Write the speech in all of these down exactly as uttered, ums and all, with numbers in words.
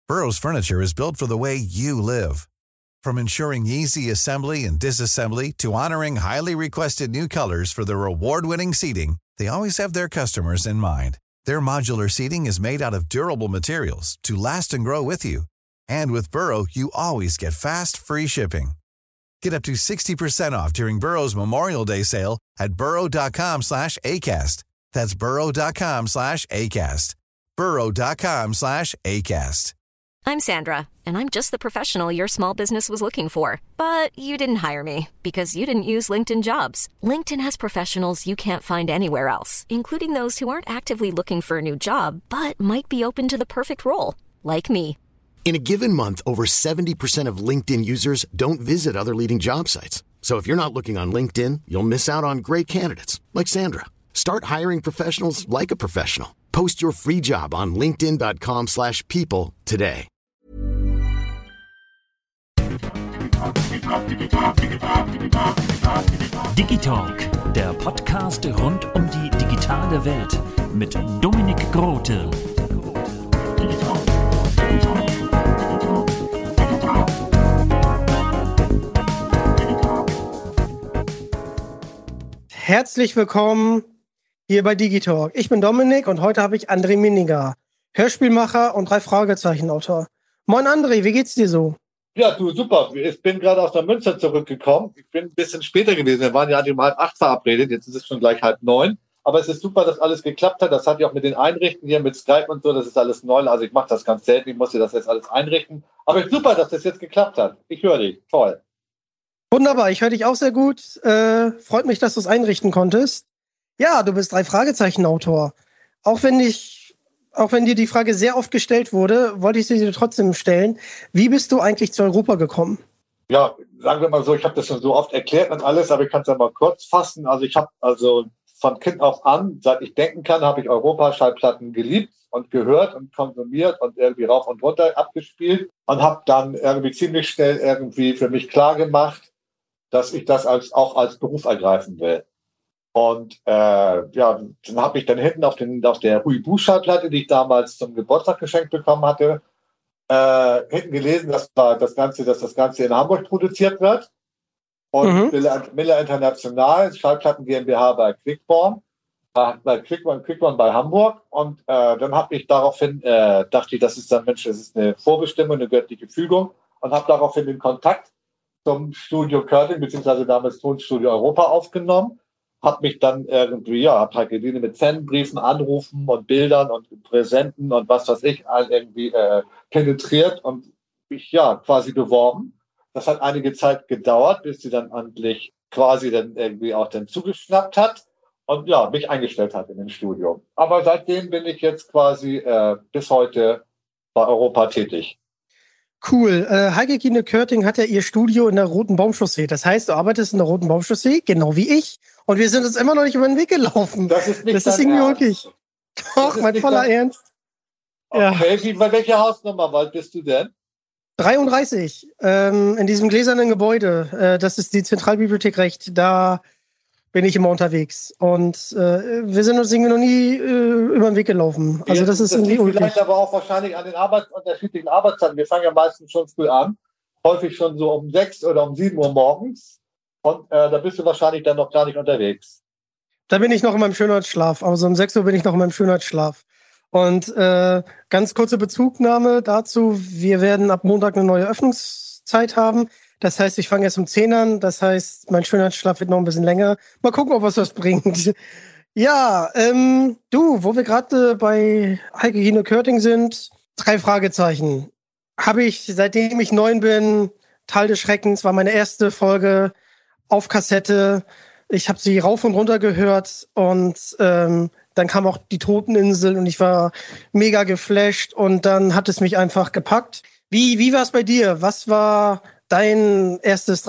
Burrow's furniture is built for the way you live. From ensuring easy assembly and disassembly to honoring highly requested new colors for their award-winning seating, they always have their customers in mind. Their modular seating is made out of durable materials to last and grow with you. And with Burrow, you always get fast, free shipping. Get up to sixty percent off during Burrow's Memorial Day sale at burrow.com slash ACAST. That's burrow.com slash ACAST. burrow.com slash ACAST. I'm Sandra, and I'm just the professional your small business was looking for. But you didn't hire me because you didn't use LinkedIn Jobs. LinkedIn has professionals you can't find anywhere else, including those who aren't actively looking for a new job, but might be open to the perfect role, like me. In a given month, over seventy percent of LinkedIn users don't visit other leading job sites. So if you're not looking on LinkedIn, you'll miss out on great candidates like Sandra. Start hiring professionals like a professional. Post your free job on linkedin.com slash people today. Digitalk, der Podcast rund um die digitale Welt mit Dominik Grote. Herzlich willkommen hier bei Digitalk. Ich bin Dominik und heute habe ich André Mininger, Hörspielmacher und drei Fragezeichen-Autor. Moin André, wie geht's dir so? Ja, du, super. Ich bin gerade aus der Münster zurückgekommen. Ich bin ein bisschen später gewesen. Wir waren ja um halb acht verabredet. Jetzt ist es schon gleich halb neun. Aber es ist super, dass alles geklappt hat. Das hat ja auch mit den Einrichten hier, mit Skype und so. Das ist alles neu. Also ich mache das ganz selten. Ich musste das jetzt alles einrichten. Aber es ist super, dass das jetzt geklappt hat. Ich höre dich. Toll. Wunderbar. Ich höre dich auch sehr gut. Äh, freut mich, dass du es einrichten konntest. Ja, du bist drei Fragezeichen-Autor. Auch wenn ich Auch wenn dir die Frage sehr oft gestellt wurde, wollte ich sie dir trotzdem stellen. Wie bist du eigentlich zu Europa gekommen? Ja, sagen wir mal so, ich habe das schon so oft erklärt und alles, aber ich kann es ja mal kurz fassen. Also ich habe also von Kind auf an, seit ich denken kann, habe ich Europa-Schallplatten geliebt und gehört und konsumiert und irgendwie rauf und runter abgespielt und habe dann irgendwie ziemlich schnell irgendwie für mich klar gemacht, dass ich das als, auch als Beruf ergreifen will. Und äh, ja, dann habe ich dann hinten auf, den, auf der Huibu-Schallplatte, die ich damals zum Geburtstag geschenkt bekommen hatte, äh, hinten gelesen, dass, das Ganze, dass das Ganze in Hamburg produziert wird. Und mhm. Miller, Miller International, Schallplatten GmbH bei Quickborn, äh, bei Quickborn, Quickborn bei Hamburg. Und äh, dann habe ich daraufhin, äh, dachte ich, das ist dann, Mensch, das ist eine Vorbestimmung, eine göttliche Fügung. Und habe daraufhin den Kontakt zum Studio Körting, beziehungsweise damals Tonstudio Europa aufgenommen. Hab mich dann irgendwie, ja, hab halt mit Fanbriefen, Anrufen und Bildern und Präsenten und was weiß ich, irgendwie äh, penetriert und mich, ja, quasi beworben. Das hat einige Zeit gedauert, bis sie dann endlich quasi dann irgendwie auch dann zugeschnappt hat und ja, mich eingestellt hat in dem Studio. Aber seitdem bin ich jetzt quasi äh, bis heute bei Europa tätig. Cool. Äh, Heike Kine Körting hat ja ihr Studio in der Roten Baumchaussee. Das heißt, du arbeitest in der Roten Baumchaussee, genau wie ich. Und wir sind uns immer noch nicht über den Weg gelaufen. Das ist nicht Das ist irgendwie ernst. wirklich. Doch, mein voller dein... Ernst. Okay, ja. Wie, bei welcher Hausnummer bist du denn? dreiunddreißig. Ähm, in diesem gläsernen Gebäude. Äh, das ist die Zentralbibliothek Recht. Da bin ich immer unterwegs. Und äh, wir sind uns irgendwie noch nie äh, über den Weg gelaufen. Also das ist das irgendwie liegt vielleicht unglücklich. aber auch wahrscheinlich an den Arbeits- unterschiedlichen Arbeitszeiten. Wir fangen ja meistens schon früh an. Häufig schon so um sechs oder um sieben Uhr morgens. Und äh, da bist du wahrscheinlich dann noch gar nicht unterwegs. Da bin ich noch in meinem Schönheitsschlaf. Also um sechs Uhr bin ich noch in meinem Schönheitsschlaf. Und äh, ganz kurze Bezugnahme dazu. Wir werden ab Montag eine neue Öffnungszeit haben. Das heißt, ich fange erst um zehn an. Das heißt, mein Schönheitsschlaf wird noch ein bisschen länger. Mal gucken, ob es was bringt. Ja, ähm, du, wo wir gerade bei Heike Kine Körting sind, drei Fragezeichen. Habe ich, seitdem ich neun bin, Tal des Schreckens, war meine erste Folge auf Kassette. Ich habe sie rauf und runter gehört und ähm, dann kam auch die Toteninsel und ich war mega geflasht und dann hat es mich einfach gepackt. Wie, wie war es bei dir? Was war dein erstes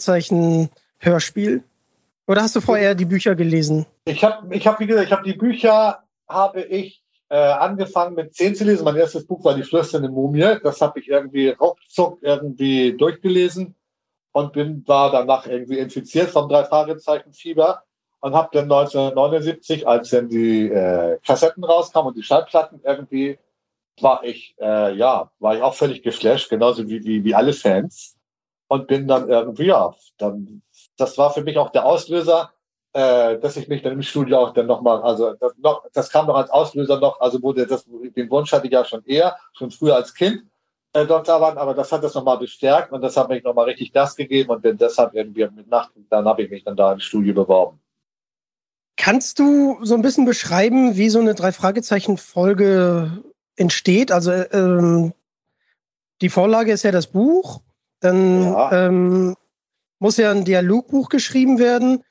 Drei-Fragezeichen-Hörspiel? Oder hast du vorher die Bücher gelesen? Ich habe, ich hab, wie gesagt, ich habe die Bücher, habe ich äh, angefangen mit zehn zu lesen. Mein erstes Buch war Die flüsternde Mumie. Das habe ich irgendwie ruckzuck irgendwie durchgelesen. Und bin, war danach irgendwie infiziert vom Drei-Fragezeichen-Fieber und habe dann neunzehnhundertneunundsiebzig, als dann die äh, Kassetten rauskamen und die Schallplatten irgendwie war ich, äh, ja, war ich auch völlig geflasht, genauso wie, wie, wie alle Fans. Und bin dann irgendwie, ja, dann, das war für mich auch der Auslöser, äh, dass ich mich dann im Studio auch dann nochmal, also das, noch, das kam noch als Auslöser noch, also wurde das, den Wunsch hatte ich ja schon eher, schon früher als Kind äh, dort da waren, aber das hat das nochmal bestärkt und das hat mich nochmal richtig Gas gegeben und bin deshalb irgendwie mit Nacht, dann habe ich mich dann da im Studio beworben. Kannst du so ein bisschen beschreiben, wie so eine Drei-Fragezeichen-Folge entsteht? Also ähm, die Vorlage ist ja das Buch, dann Ja. ähm, muss ja ein Dialogbuch geschrieben werden.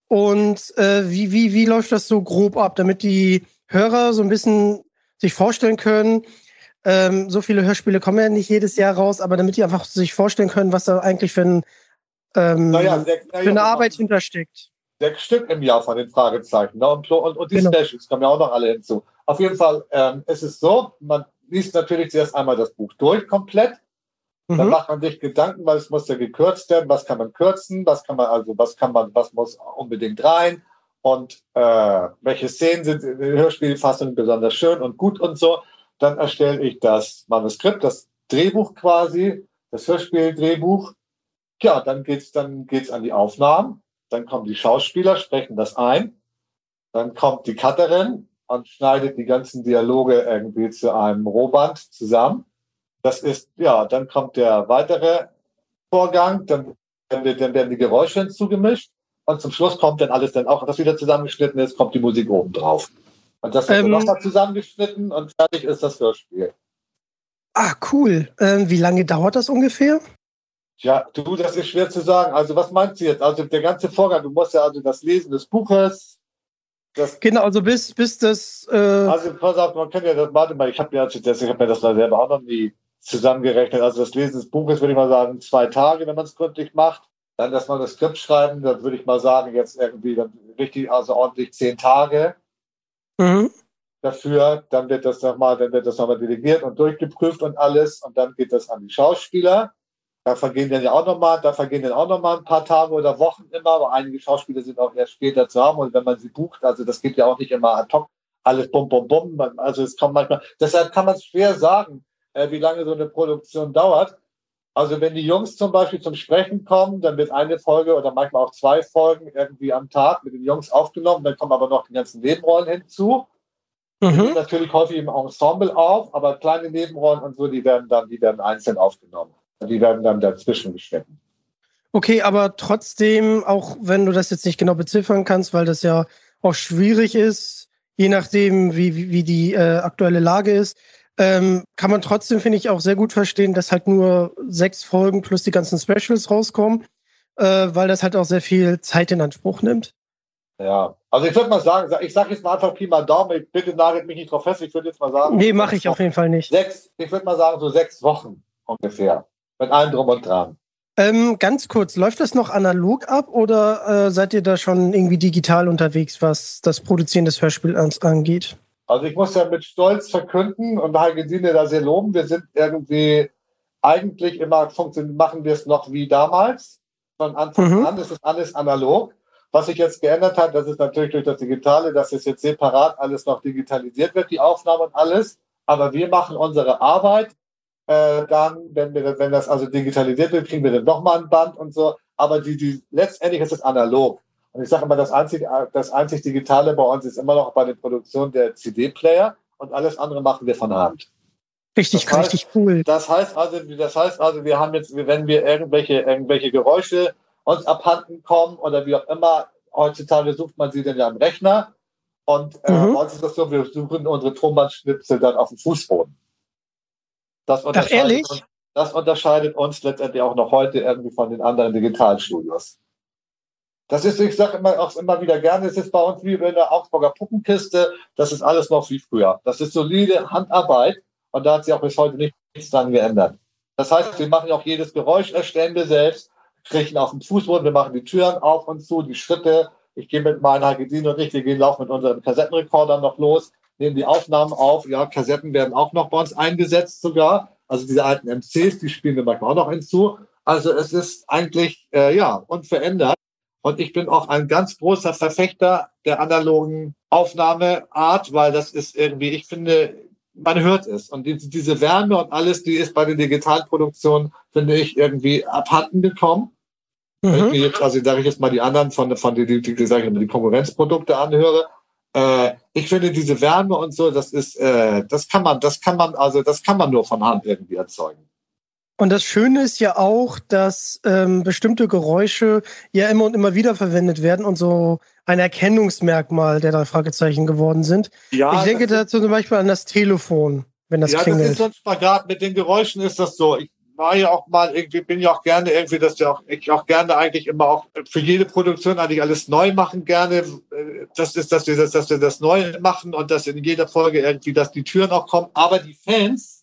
Und äh, wie, wie, wie läuft das so grob ab, damit die Hörer so ein bisschen sich vorstellen können, ähm, so viele Hörspiele kommen ja nicht jedes Jahr raus, aber damit die einfach sich vorstellen können, was da eigentlich für, ein, ähm, Naja, sehr, für naja, eine Arbeit hintersteckt. Sechs Stück im Jahr von den Fragezeichen. Ne? Und, und, und die Genau. Specials kommen ja auch noch alle hinzu. Auf jeden Fall ähm, ist es so, man liest natürlich zuerst einmal das Buch durch, komplett. Mhm. Dann macht man sich Gedanken, weil es muss ja gekürzt werden, was kann man kürzen, was kann man, also was kann man, was muss unbedingt rein und äh, welche Szenen sind in der Hörspielfassung besonders schön und gut und so. Dann erstelle ich das Manuskript, das Drehbuch quasi, das Hörspieldrehbuch. Ja, dann geht's, dann geht's an die Aufnahmen. Dann kommen die Schauspieler, sprechen das ein. Dann kommt die Cutterin und schneidet die ganzen Dialoge irgendwie zu einem Rohband zusammen. Das ist, ja, dann kommt der weitere Vorgang, dann, dann werden die Geräusche hinzugemischt und zum Schluss kommt dann alles dann auch, das wieder zusammengeschnitten ist, kommt die Musik oben drauf. Und das wird Ähm, nochmal zusammengeschnitten und fertig ist das Hörspiel. Ah, cool. Ähm, wie lange dauert das ungefähr? Ja, du, das ist schwer zu sagen. Also was meinst du jetzt? Also der ganze Vorgang, du musst ja also das Lesen des Buches, das Genau, also bis, bis das... Äh, also pass auf, man kann ja das, warte mal, ich habe ja, ich habe mir das da selber auch noch nie zusammengerechnet. Also das Lesen des Buches würde ich mal sagen, zwei Tage, wenn man es gründlich macht. Dann das Manuskript schreiben, dann würde ich mal sagen, jetzt irgendwie dann richtig, also ordentlich zehn Tage mhm. dafür. Dann wird das nochmal, dann wird das nochmal delegiert und durchgeprüft und alles. Und dann geht das an die Schauspieler. Da vergehen dann ja auch nochmal, da vergehen dann auch nochmal ein paar Tage oder Wochen immer, aber einige Schauspieler sind auch erst später zu haben und wenn man sie bucht, also das geht ja auch nicht immer ad hoc, alles bum, bum, bum, also es kommt manchmal, deshalb kann man es schwer sagen, äh, wie lange so eine Produktion dauert. Also wenn die Jungs zum Beispiel zum Sprechen kommen, dann wird eine Folge oder manchmal auch zwei Folgen irgendwie am Tag mit den Jungs aufgenommen, dann kommen aber noch die ganzen Nebenrollen hinzu. Die Mhm. nehmen natürlich häufig im Ensemble auf, aber kleine Nebenrollen und so, die werden dann, die werden einzeln aufgenommen. Die werden dann dazwischen geschnitten. Okay, aber trotzdem, auch wenn du das jetzt nicht genau beziffern kannst, weil das ja auch schwierig ist, je nachdem, wie, wie, wie die äh, aktuelle Lage ist, ähm, kann man trotzdem, finde ich, auch sehr gut verstehen, dass halt nur sechs Folgen plus die ganzen Specials rauskommen, äh, weil das halt auch sehr viel Zeit in Anspruch nimmt. Ja, also ich würde mal sagen, ich sage jetzt mal einfach Pi mal Daumen, bitte nagelt mich nicht drauf fest, ich würde jetzt mal sagen... Nee, mache ich auf jeden Fall nicht. Sechs, ich würde mal sagen, so sechs Wochen ungefähr. Mit allem drum und dran. Ähm, ganz kurz, läuft das noch analog ab oder äh, seid ihr da schon irgendwie digital unterwegs, was das Produzieren des Hörspiels angeht? Also ich muss ja mit Stolz verkünden und Heigensine da sehr loben, wir sind irgendwie eigentlich immer, machen wir es noch wie damals. Von Anfang Mhm. an ist es alles analog. Was sich jetzt geändert hat, das ist natürlich durch das Digitale, dass es jetzt separat alles noch digitalisiert wird, die Aufnahme und alles. Aber wir machen unsere Arbeit. Äh, dann, wenn, wir, wenn das also digitalisiert wird, kriegen wir dann nochmal ein Band und so. Aber die, die, letztendlich ist es analog. Und ich sage immer, das einzig, das einzig Digitale bei uns ist immer noch bei der Produktion der C D-Player und alles andere machen wir von Hand. Richtig, Das heißt, richtig cool. Das heißt also, das heißt also, wir haben jetzt, wenn wir irgendwelche, irgendwelche Geräusche uns abhanden kommen oder wie auch immer, heutzutage sucht man sie dann ja am Rechner. Und äh, Mhm. bei uns ist das so, wir suchen unsere Tonbandschnipsel dann auf dem Fußboden. Das Ach, ehrlich? Uns, das unterscheidet uns letztendlich auch noch heute irgendwie von den anderen Digitalstudios. Das ist, ich sage immer, auch immer wieder gerne, es ist bei uns wie in der Augsburger Puppenkiste, das ist alles noch wie früher. Das ist solide Handarbeit und da hat sich auch bis heute nichts dran geändert. Das heißt, wir machen auch jedes Geräusch, erstellen wir selbst, kriegen auf dem Fußboden, wir machen die Türen auf und zu, die Schritte. Ich gehe mit meinen Hagedin und ich, wir gehen laufen mit unseren Kassettenrekordern noch los, nehmen die Aufnahmen auf. Ja, Kassetten werden auch noch bei uns eingesetzt sogar. Also diese alten M Cs, die spielen wir manchmal auch noch hinzu. Also es ist eigentlich, äh, ja, unverändert. Und ich bin auch ein ganz großer Verfechter der analogen Aufnahmeart, weil das ist irgendwie, ich finde, man hört es. Und die, diese Wärme und alles, die ist bei den digitalen Produktionen, finde ich, irgendwie abhanden gekommen. Mhm. Wenn ich mir jetzt, also sage ich jetzt mal die anderen von, von die, die, die, die, sag ich mal, die Konkurrenzprodukte anhöre, äh, ich finde diese Wärme und so, das ist, äh, das kann man, das kann man, also das kann man nur von Hand irgendwie erzeugen. Und das Schöne ist ja auch, dass ähm, bestimmte Geräusche ja immer und immer wieder verwendet werden und so ein Erkennungsmerkmal der drei Fragezeichen geworden sind. Ja, ich denke dazu zum Beispiel an das Telefon, wenn das ja, klingelt. Ja, das ist so ein Spagat. Mit den Geräuschen ist das so. Ich war ja auch mal irgendwie, bin ja auch gerne irgendwie, dass ja auch, ich auch gerne eigentlich immer auch für jede Produktion eigentlich alles neu machen gerne. Das ist, dass wir das, dass wir das neu machen und dass in jeder Folge irgendwie, dass die Türen auch kommen. Aber die Fans,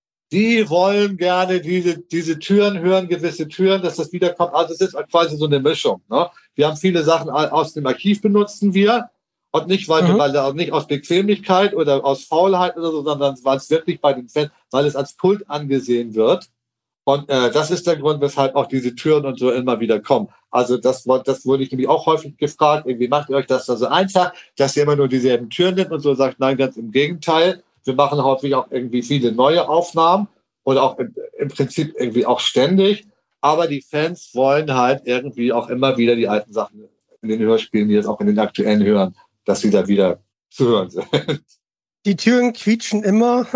die wollen gerne diese, diese Türen hören, gewisse Türen, dass das wiederkommt. Also es ist quasi so eine Mischung. Ne? Wir haben viele Sachen aus dem Archiv benutzen wir und nicht, weil, mhm. weil nicht aus Bequemlichkeit oder aus Faulheit oder so, sondern weil es wirklich bei den Fans, weil es als Kult angesehen wird. Und äh, das ist der Grund, weshalb auch diese Türen und so immer wieder kommen. Also das, das wurde ich nämlich auch häufig gefragt. Irgendwie macht ihr euch das da so einfach, dass ihr immer nur dieselben Türen nimmt und so sagt, nein, ganz im Gegenteil. Wir machen häufig auch irgendwie viele neue Aufnahmen oder auch im, im Prinzip irgendwie auch ständig. Aber die Fans wollen halt irgendwie auch immer wieder die alten Sachen in den Hörspielen, die jetzt auch in den aktuellen hören, dass sie da wieder zu hören sind. Die Türen quietschen immer.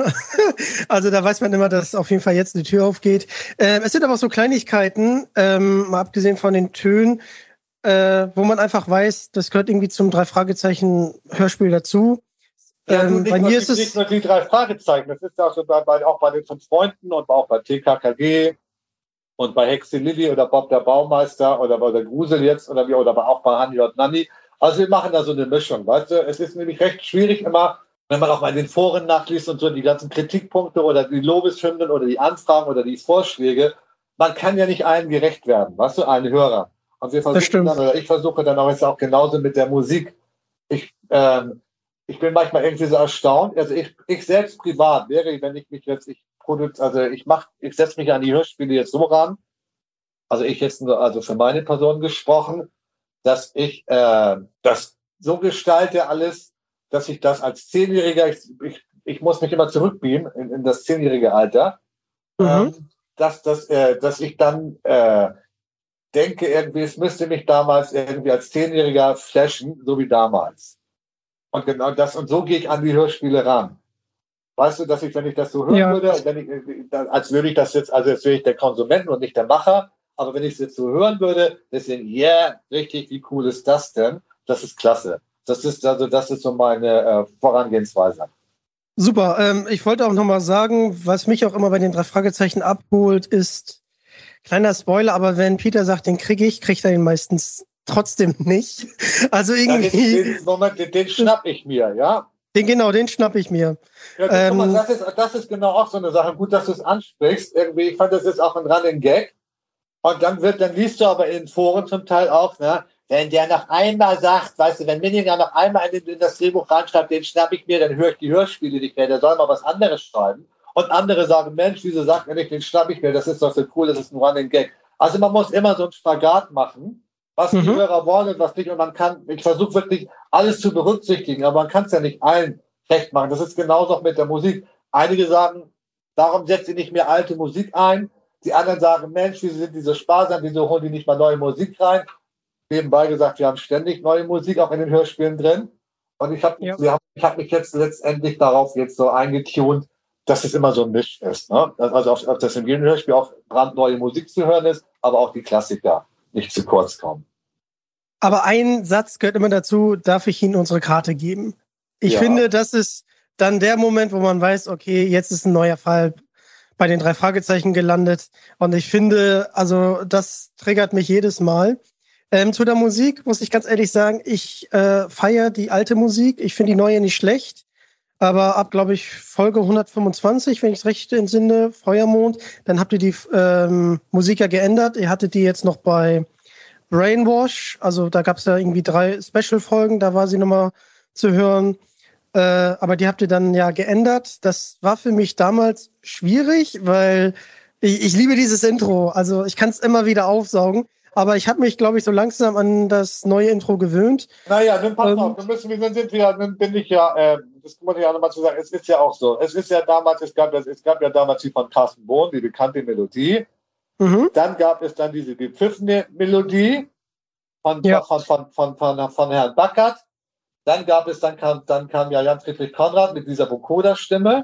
Also da weiß man immer, dass auf jeden Fall jetzt die Tür aufgeht. Ähm, es sind aber auch so Kleinigkeiten, ähm, mal abgesehen von den Tönen, äh, wo man einfach weiß, das gehört irgendwie zum Drei-Fragezeichen-Hörspiel dazu. Ja, ähm, bei mir ist es nicht nur die drei Fragezeichen, das ist auch, so bei, bei, auch bei den fünf Freunden und auch bei T K K G und bei Hexe Lilly oder Bob der Baumeister oder bei der Grusel jetzt oder wie oder auch bei Hanni und Nanni. Also wir machen da so eine Mischung, weißt du? Es ist nämlich recht schwierig immer, wenn man auch mal in den Foren nachliest und so die ganzen Kritikpunkte oder die Lobeshymnen oder die Anfragen oder die Vorschläge, man kann ja nicht allen gerecht werden, weißt du, allen Hörern. Und wir versuchen dann, oder ich versuche dann auch jetzt auch genauso mit der Musik. Ich, ähm, Ich bin manchmal irgendwie so erstaunt. Also ich, ich selbst privat wäre, wenn ich mich jetzt, ich produziere, also ich mache, ich setze mich an die Hörspiele jetzt so ran, also ich jetzt nur, also für meine Person gesprochen, dass ich äh, das so gestalte alles, dass ich das als Zehnjähriger, ich, ich, ich muss mich immer zurückbeamen in, in das zehnjährige Alter, mhm. ähm, dass, dass, äh, dass ich dann äh, denke, irgendwie, es müsste mich damals irgendwie als Zehnjähriger flashen, so wie damals. Und genau das, und so gehe ich an die Hörspiele ran. Weißt du, dass ich, wenn ich das so hören ja. würde, wenn ich, als würde ich das jetzt, also jetzt wäre ich der Konsument und nicht der Macher, aber wenn ich es jetzt so hören würde, deswegen, ja, yeah, richtig, wie cool ist das denn? Das ist klasse. Das ist, also, das ist so meine äh, Vorangehensweise. Super. Ähm, ich wollte auch nochmal sagen, was mich auch immer bei den drei Fragezeichen abholt, ist, kleiner Spoiler, aber wenn Peter sagt, den kriege ich, kriegt er ihn meistens trotzdem nicht. Also irgendwie. Ja, den, den, Moment, den, den schnapp ich mir, ja? Den, genau, den schnapp ich mir. Ja, das, ähm, mal, das, ist, das ist genau auch so eine Sache. Gut, dass du es ansprichst. Irgendwie, ich fand, das ist auch ein Running Gag. Und dann wird, dann liest du aber in den Foren zum Teil auch, ne, wenn der noch einmal sagt, weißt du, wenn Minninger noch einmal in, in das Drehbuch reinschreibt, den schnapp ich mir, dann höre ich die Hörspiele nicht mehr, der soll mal was anderes schreiben. Und andere sagen, Mensch, wieso sagt er nicht, den schnapp ich mir, das ist doch so cool, das ist ein Running Gag. Also man muss immer so einen Spagat machen, was mhm. die Hörer wollen und was nicht. Und man kann, ich versuche wirklich alles zu berücksichtigen, aber man kann es ja nicht allen recht machen. Das ist genauso auch mit der Musik. Einige sagen, darum setzt ihr nicht mehr alte Musik ein. Die anderen sagen, Mensch, wieso sind die so sparsam, wieso holen die nicht mal neue Musik rein? Nebenbei gesagt, wir haben ständig neue Musik auch in den Hörspielen drin. Und ich habe ja. ich hab mich jetzt letztendlich darauf jetzt so eingetunt, dass es immer so ein Misch ist. Ne? Also, auf, dass in jedem Hörspiel auch brandneue Musik zu hören ist, aber auch die Klassiker nicht zu kurz kommen. Aber ein Satz gehört immer dazu, darf ich Ihnen unsere Karte geben? Ich ja. finde, das ist dann der Moment, wo man weiß, okay, jetzt ist ein neuer Fall bei den drei Fragezeichen gelandet. Und ich finde, also das triggert mich jedes Mal. Ähm, zu der Musik muss ich ganz ehrlich sagen, ich äh, feiere die alte Musik. Ich finde die neue nicht schlecht. Aber ab, glaube ich, Folge hundertfünfundzwanzig, wenn ich es recht entsinne, Feuermond, dann habt ihr die ähm, Musik ja geändert. Ihr hattet die jetzt noch bei Brainwash. Also da gab es ja irgendwie drei Special-Folgen, da war sie nochmal zu hören. Äh, aber die habt ihr dann ja geändert. Das war für mich damals schwierig, weil ich, ich liebe dieses Intro. Also ich kann es immer wieder aufsaugen. Aber ich habe mich, glaube ich, so langsam an das neue Intro gewöhnt. Naja, dann pass ähm, auf, dann, müssen wir, dann, sind wir, dann bin ich ja, äh, das muss ich auch nochmal zu sagen, es ist ja auch so, es ist ja damals, es gab, es gab ja damals die von Carsten Bohn, die bekannte Melodie. Mhm. Dann gab es dann diese gepfiffene Melodie von, ja. von, von, von, von, von, von Herrn Backert. Dann gab es, dann kam, dann kam ja Jan Friedrich Konrad mit dieser Vocoder-Stimme.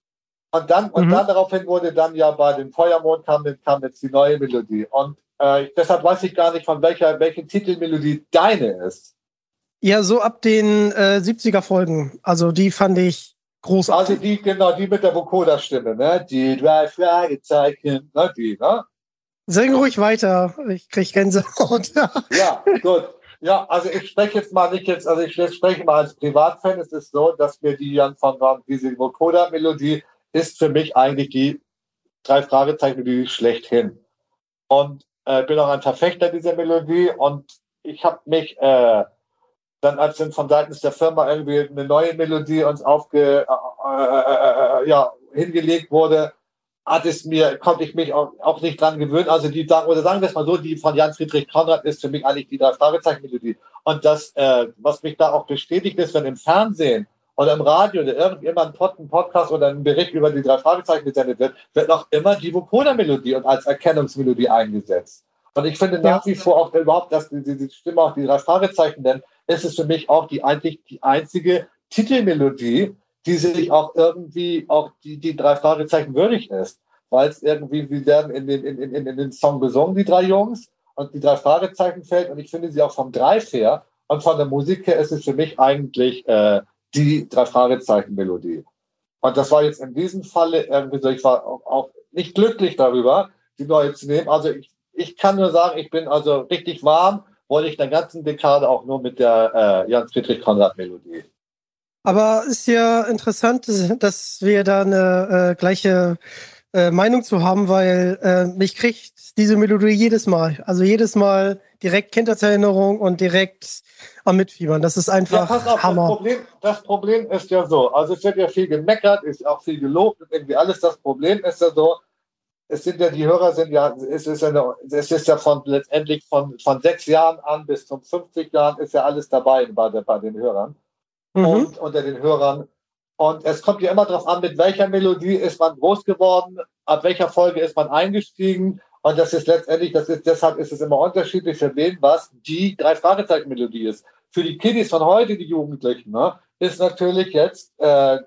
Und dann, mhm. und dann daraufhin wurde dann ja bei dem Feuermond kam, kam jetzt die neue Melodie. Und äh, deshalb weiß ich gar nicht, von welcher, welche Titelmelodie deine ist. Ja, so ab den äh, siebziger Folgen. Also die fand ich großartig. Also die, genau, die mit der Vocoder-Stimme, ne? Die drei Fragezeichen, ne? Die, ne? Sing ruhig weiter, ich krieg Gänsehaut. Ja, gut. Ja, also ich spreche jetzt mal nicht jetzt, also ich spreche mal als Privatfan. Es ist so, dass mir die Jan von Ram, diese Vocoder-Melodie ist für mich eigentlich die drei Fragezeichen-Melodie schlechthin. Und äh, bin auch ein Verfechter dieser Melodie und ich habe mich äh, dann, als dann von seitens der Firma irgendwie eine neue Melodie uns aufge, äh, äh, äh, ja, hingelegt wurde, hat es mir, konnte ich mich auch, auch nicht dran gewöhnen. Also die, oder sagen wir es mal so, die von Jan Friedrich Konrad ist für mich eigentlich die drei Fragezeichen-Melodie. Und das, äh, was mich da auch bestätigt ist, wenn im Fernsehen oder im Radio oder irgendjemand ein Podcast oder ein Bericht über die drei Fragezeichen gesendet wird, wird noch immer die Vocoder-Melodie und als Erkennungsmelodie eingesetzt. Und ich finde nach wie vor auch überhaupt, dass die, die Stimme auch die drei Fragezeichen nennt, ist es für mich auch die eigentlich die einzige Titelmelodie, die sich auch irgendwie auch die, die drei Fragezeichen würdig ist. Weil es irgendwie, wir werden in den, in, in, in den Song besungen, die drei Jungs, und die drei Fragezeichen fällt, und ich finde sie auch vom Drive her und von der Musik her ist es für mich eigentlich äh, die drei Fragezeichen-Melodie. Und das war jetzt in diesem Falle irgendwie so, ich war auch, auch nicht glücklich darüber, die neue zu nehmen. Also ich, ich kann nur sagen, ich bin also richtig warm, wollte ich in der ganzen Dekade auch nur mit der äh, Jan Friedrich Konrad-Melodie. Aber ist ja interessant, dass wir da eine äh, gleiche äh, Meinung zu haben, weil äh, mich kriegt diese Melodie jedes Mal. Also jedes Mal direkt Kindheitserinnerung und direkt am Mitfiebern. Das ist einfach ja, pass auf, Hammer. Das Problem, das Problem ist ja so, also es wird ja viel gemeckert, ist auch viel gelobt und irgendwie alles. Das Problem ist ja so, es sind ja, die Hörer sind ja, es ist ja, eine, es ist ja von letztendlich von, von sechs Jahren an bis zum fünfzig Jahren ist ja alles dabei bei, der, bei den Hörern. Mhm. Und unter den Hörern. Und es kommt ja immer darauf an, mit welcher Melodie ist man groß geworden, ab welcher Folge ist man eingestiegen. Und das ist letztendlich, das ist, deshalb ist es immer unterschiedlich, für wen was die drei Fragezeichen-Melodie ist. Für die Kiddies von heute, die Jugendlichen, ne, ist natürlich jetzt äh,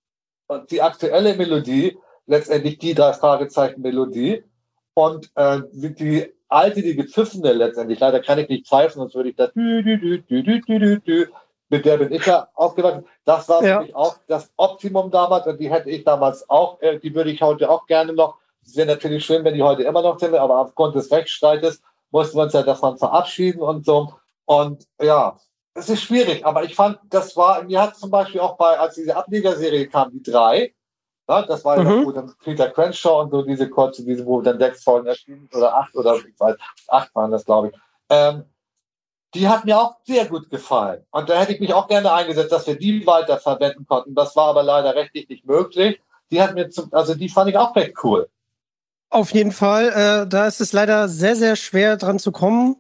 die aktuelle Melodie letztendlich die drei Fragezeichen-Melodie. Und äh, die alte, die gepfiffene letztendlich, leider kann ich nicht pfeifen, sonst würde ich da dü, dü, dü, dü, dü, dü, dü, mit der bin ich ja aufgewachsen. Das war ja für mich auch das Optimum damals und die hätte ich damals auch, äh, die würde ich heute auch gerne noch. Es wäre natürlich schön, wenn die heute immer noch sind, aber aufgrund des Rechtsstreites mussten wir uns ja davon verabschieden und so. Und ja, es ist schwierig, aber ich fand, das war, mir hat zum Beispiel auch bei, als diese Ablegerserie kam, die drei, ja, das war mhm. ja, wo dann Peter Crenshaw und so diese kurze, diese, wo dann sechs Folgen erschienen, oder acht, oder ich weiß, acht waren das, glaube ich. Ähm, Die hat mir auch sehr gut gefallen. Und da hätte ich mich auch gerne eingesetzt, dass wir die weiter verwenden konnten. Das war aber leider rechtlich nicht möglich. Die hat mir zum, also die fand ich auch recht cool. Auf jeden Fall. Äh, da ist es leider sehr, sehr schwer dran zu kommen.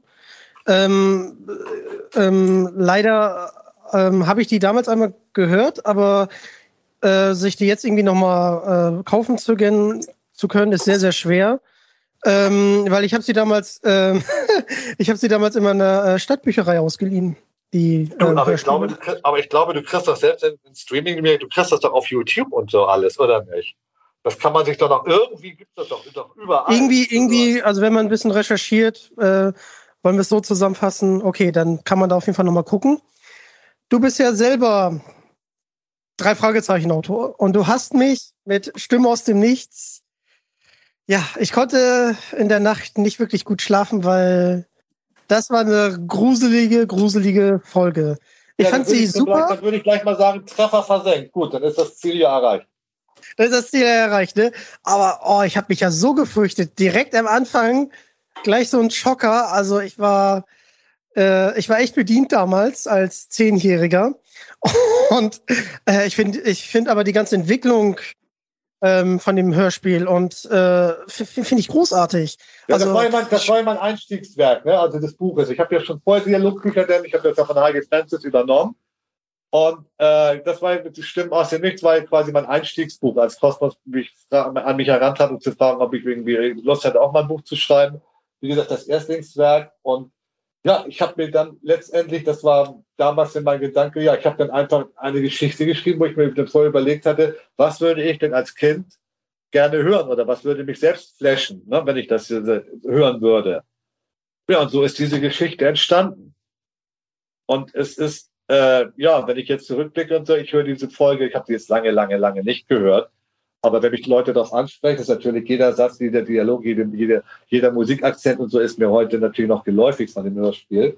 Ähm, ähm, leider ähm, habe ich die damals einmal gehört, aber äh, sich die jetzt irgendwie nochmal äh, kaufen zu, gen- zu können, ist sehr, sehr schwer. Ähm, weil ich habe sie damals, ähm, ich habe sie damals in meiner äh, Stadtbücherei ausgeliehen. Die, du, ähm, aber, ich glaube, du, aber ich glaube, du kriegst das selbst in, in Streaming, du kriegst das doch auf YouTube und so alles, oder nicht? Das kann man sich doch noch, irgendwie gibt es das doch, doch überall. Irgendwie, irgendwie, also wenn man ein bisschen recherchiert, äh, wollen wir es so zusammenfassen, okay, dann kann man da auf jeden Fall nochmal gucken. Du bist ja selber drei Fragezeichen-Autor und du hast mich mit Stimme aus dem Nichts. Ja, ich konnte in der Nacht nicht wirklich gut schlafen, weil das war eine gruselige, gruselige Folge. Ich ja, fand sie ich super. Gleich, dann würde ich gleich mal sagen, Treffer versenkt. Gut, dann ist das Ziel ja erreicht. Dann ist das Ziel ja erreicht, ne? Aber oh, ich habe mich ja so gefürchtet. Direkt am Anfang gleich so ein Schocker. Also ich war, äh, ich war echt bedient damals als Zehnjähriger. Und äh, ich finde, ich finde aber die ganze Entwicklung Ähm, von dem Hörspiel und äh, f- finde ich großartig. Ja, also, das war ja mein, das war ja mein Einstiegswerk, ne? Also des Buches. Ich habe ja schon vorher Dialogbücher, denn ich habe das ja von Heike Francis übernommen. Und äh, das war mit den Stimmen aus dem Nichts, war quasi mein Einstiegsbuch, als Kosmos mich an mich herantrat, um zu fragen, ob ich irgendwie Lust hatte, auch mal ein Buch zu schreiben. Wie gesagt, das Erstlingswerk. Und ja, ich habe mir dann letztendlich, das war damals in mein Gedanke, ja, ich habe dann einfach eine Geschichte geschrieben, wo ich mir vorher überlegt hatte, was würde ich denn als Kind gerne hören oder was würde mich selbst flashen, ne, wenn ich das hören würde. Ja, und so ist diese Geschichte entstanden. Und es ist, äh, ja, wenn ich jetzt zurückblicke und so, ich höre diese Folge, ich habe sie jetzt lange, lange, lange nicht gehört, aber wenn mich Leute darauf ansprechen, ist natürlich jeder Satz, jeder Dialog, jede, jede, jeder Musikakzent und so ist mir heute natürlich noch geläufig von dem Hörspiel.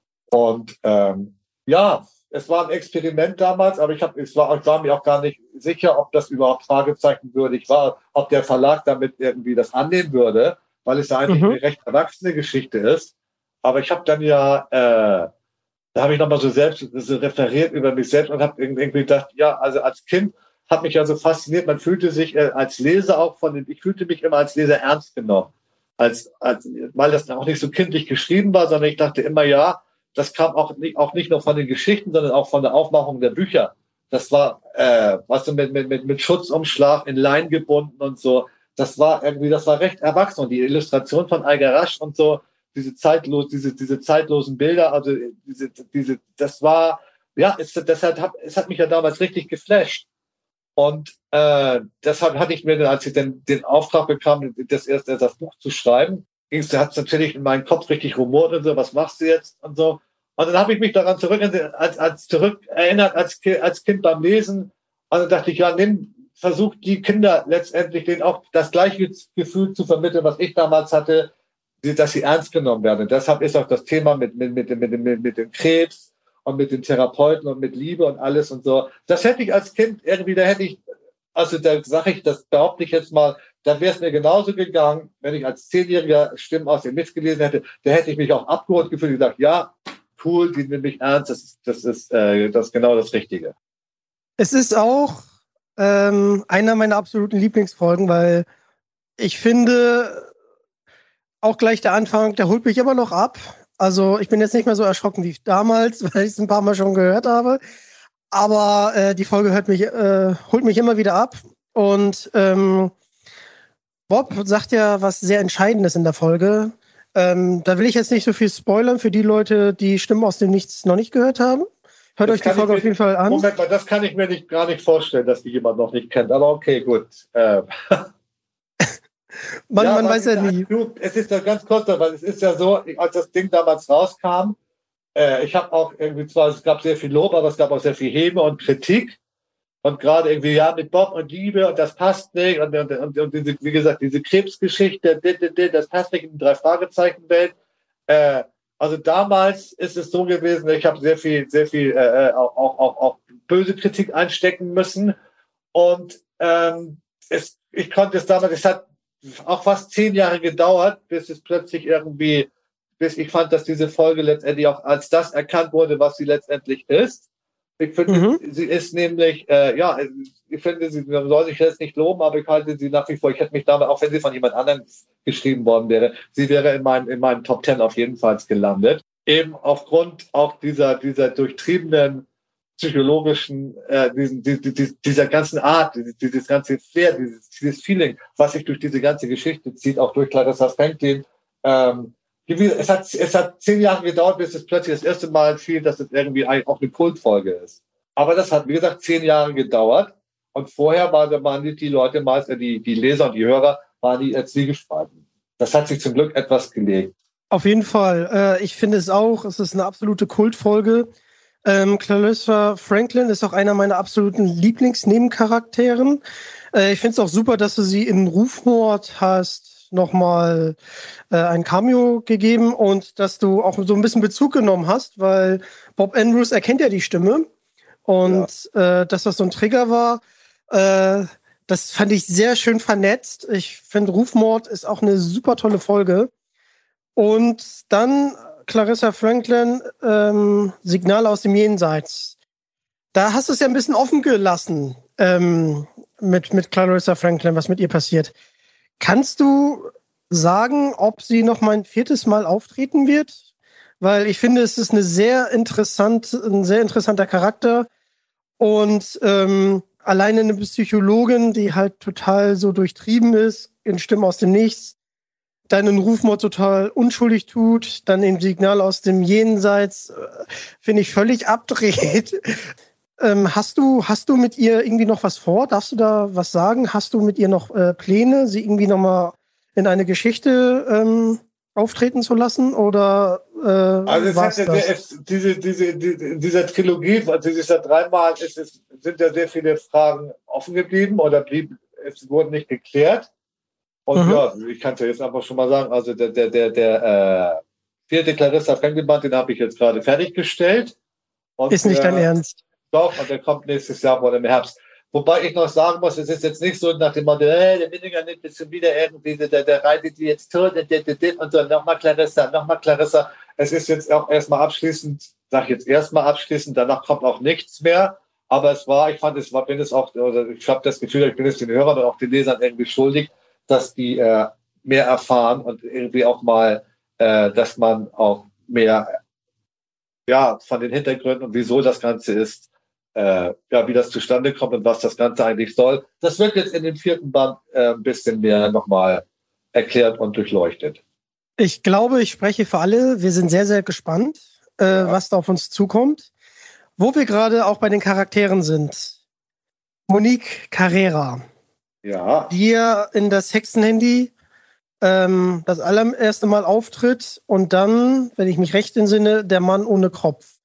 Und ähm, ja, es war ein Experiment damals, aber ich, hab, ich, war, ich war mir auch gar nicht sicher, ob das überhaupt fragezeichenwürdig war, ob der Verlag damit irgendwie das annehmen würde, weil es ja eigentlich mhm. eine recht erwachsene Geschichte ist. Aber ich habe dann ja, äh, da habe ich nochmal so selbst so referiert über mich selbst und habe irgendwie gedacht, ja, also als Kind hat mich ja so fasziniert, man fühlte sich äh, als Leser auch von den, ich fühlte mich immer als Leser ernst genommen, als, als, weil das auch nicht so kindlich geschrieben war, sondern ich dachte immer, ja, das kam auch nicht, auch nicht nur von den Geschichten, sondern auch von der Aufmachung der Bücher. Das war, äh, was du mit, mit, mit, mit Schutzumschlag in Lein gebunden und so. Das war irgendwie, das war recht erwachsen. Und die Illustration von Algarasch und so, diese zeitlos, diese, diese zeitlosen Bilder, also diese, diese, das war, ja, es, deshalb hat, es hat mich ja damals richtig geflasht. Und äh, deshalb hatte ich mir dann, als ich den, den Auftrag bekam, das erste das Buch zu schreiben, hat es natürlich in meinen Kopf richtig rumort und so, was machst du jetzt und so. Und dann habe ich mich daran zurück, als, als zurück erinnert, als, als Kind beim Lesen. Und dann dachte ich, ja, nimm, versuch die Kinder letztendlich denen auch das gleiche Gefühl zu vermitteln, was ich damals hatte, dass sie ernst genommen werden. Und deshalb ist auch das Thema mit, mit, mit, mit, mit, mit dem Krebs und mit den Therapeuten und mit Liebe und alles und so. Das hätte ich als Kind irgendwie, da hätte ich, also da sage ich, das behaupte ich jetzt mal, dann wäre es mir genauso gegangen, wenn ich als Zehnjähriger Stimmen aus dem Mist gelesen hätte, da hätte ich mich auch abgeholt gefühlt und gesagt, ja, cool, die nehmen mich ernst, das ist, das ist, äh, das ist genau das Richtige. Es ist auch ähm, einer meiner absoluten Lieblingsfolgen, weil ich finde, auch gleich der Anfang, der holt mich immer noch ab. Also ich bin jetzt nicht mehr so erschrocken wie damals, weil ich es ein paar Mal schon gehört habe. Aber äh, die Folge hört mich, äh, holt mich immer wieder ab. Und ähm, Bob sagt ja was sehr Entscheidendes in der Folge. Ähm, da will ich jetzt nicht so viel spoilern für die Leute, die Stimmen aus dem Nichts noch nicht gehört haben. Hört das euch die Folge auf jeden Fall an. Moment mal, das kann ich mir nicht, gar nicht vorstellen, dass die jemand noch nicht kennt. Aber okay, gut. Ähm. man ja, man weiß ja nie. Es ist ja ganz kurz, weil es ist ja so, als das Ding damals rauskam, äh, ich habe auch irgendwie zwar, es gab sehr viel Lob, aber es gab auch sehr viel Häme und Kritik. Und gerade irgendwie, ja, mit Bob und Liebe und das passt nicht. Und, und, und, und diese, wie gesagt, diese Krebsgeschichte, das passt nicht in die Drei-Fragezeichen-Welt. Äh, also damals ist es so gewesen, ich habe sehr viel, sehr viel äh, auch, auch, auch, auch böse Kritik einstecken müssen. Und ähm, es, ich konnte es damals, es hat auch fast zehn Jahre gedauert, bis es plötzlich irgendwie, bis ich fand, dass diese Folge letztendlich auch als das erkannt wurde, was sie letztendlich ist. Ich finde, mhm. sie ist nämlich, äh, ja, ich finde, sie man soll sich jetzt nicht loben, aber ich halte sie nach wie vor, ich hätte mich damit, auch wenn sie von jemand anderem geschrieben worden wäre, sie wäre in meinen, in meinen Top Ten auf jeden Fall gelandet. Eben aufgrund auch dieser, dieser durchtriebenen psychologischen, äh, diesen, die, die, dieser ganzen Art, dieses, dieses ganze Flair, dieses, dieses Feeling, was sich durch diese ganze Geschichte zieht, auch durch Clarissa Franklin, ähm, Es hat, es hat zehn Jahre gedauert, bis es plötzlich das erste Mal fiel, dass es irgendwie auch eine Kultfolge ist. Aber das hat, wie gesagt, zehn Jahre gedauert. Und vorher waren die, die Leute meist, die, die Leser und die Hörer, waren die als Zwiegespalten. Das hat sich zum Glück etwas gelegt. Auf jeden Fall. Äh, ich finde es auch, es ist eine absolute Kultfolge. Ähm, Clarissa Franklin ist auch einer meiner absoluten Lieblingsnebencharakteren. Äh, ich finde es auch super, dass du sie in Rufmord hast nochmal äh, ein Cameo gegeben und dass du auch so ein bisschen Bezug genommen hast, weil Bob Andrews erkennt ja die Stimme und ja. äh, dass das so ein Trigger war, äh, das fand ich sehr schön vernetzt. Ich finde, Rufmord ist auch eine super tolle Folge. Und dann Clarissa Franklin, ähm, Signale aus dem Jenseits. Da hast du es ja ein bisschen offen gelassen ähm, mit, mit Clarissa Franklin, was mit ihr passiert. Kannst du sagen, ob sie noch mal ein viertes Mal auftreten wird? Weil ich finde, es ist eine sehr interessant, ein sehr interessanter Charakter. Und ähm, alleine eine Psychologin, die halt total so durchtrieben ist, in Stimmen aus dem Nichts, deinen Rufmord total unschuldig tut, dann im Signal aus dem Jenseits, äh, finde ich völlig abdreht. ähm, hast du, hast du mit ihr irgendwie noch was vor? Darfst du da was sagen? Hast du mit ihr noch äh, Pläne, sie irgendwie noch mal in eine Geschichte ähm, auftreten zu lassen? Oder äh, also es war's hat ja das? sehr, diese, diese, die, in dieser Trilogie, also dieser dreimal, ist es, sind ja sehr viele Fragen offen geblieben oder blieben, es wurden nicht geklärt. Und Mhm. ja, ich kann es ja jetzt einfach schon mal sagen, also der, der, der, der äh, vierte Clarissa Frankenband, den habe ich jetzt gerade fertiggestellt. Und, Ist nicht dein äh, Ernst? Doch, und der kommt nächstes Jahr wohl im Herbst. Wobei ich noch sagen muss, es ist jetzt nicht so nach dem Motto, hey, der Minninger nimmt jetzt schon wieder irgendwie, der, der reitet die jetzt tot und, der, der, der, und so, nochmal Clarissa, nochmal Clarissa. Es ist jetzt auch erstmal abschließend, sag ich jetzt erstmal abschließend, danach kommt auch nichts mehr. Aber es war, ich fand, es war, bin es auch, oder ich habe das Gefühl, ich bin es den Hörern und auch den Lesern irgendwie schuldig, dass die äh, mehr erfahren und irgendwie auch mal, äh, dass man auch mehr, ja, von den Hintergründen und wieso das Ganze ist, äh, ja, wie das zustande kommt und was das Ganze eigentlich soll. Das wird jetzt in dem vierten Band äh, ein bisschen mehr nochmal erklärt und durchleuchtet. Ich glaube, ich spreche für alle. Wir sind sehr, sehr gespannt, äh, ja. was da auf uns zukommt. Wo wir gerade auch bei den Charakteren sind. Monique Carrera. Ja. Die ja in das Hexenhandy ähm, das allererste Mal auftritt und dann, wenn ich mich recht entsinne, der Mann ohne Kopf.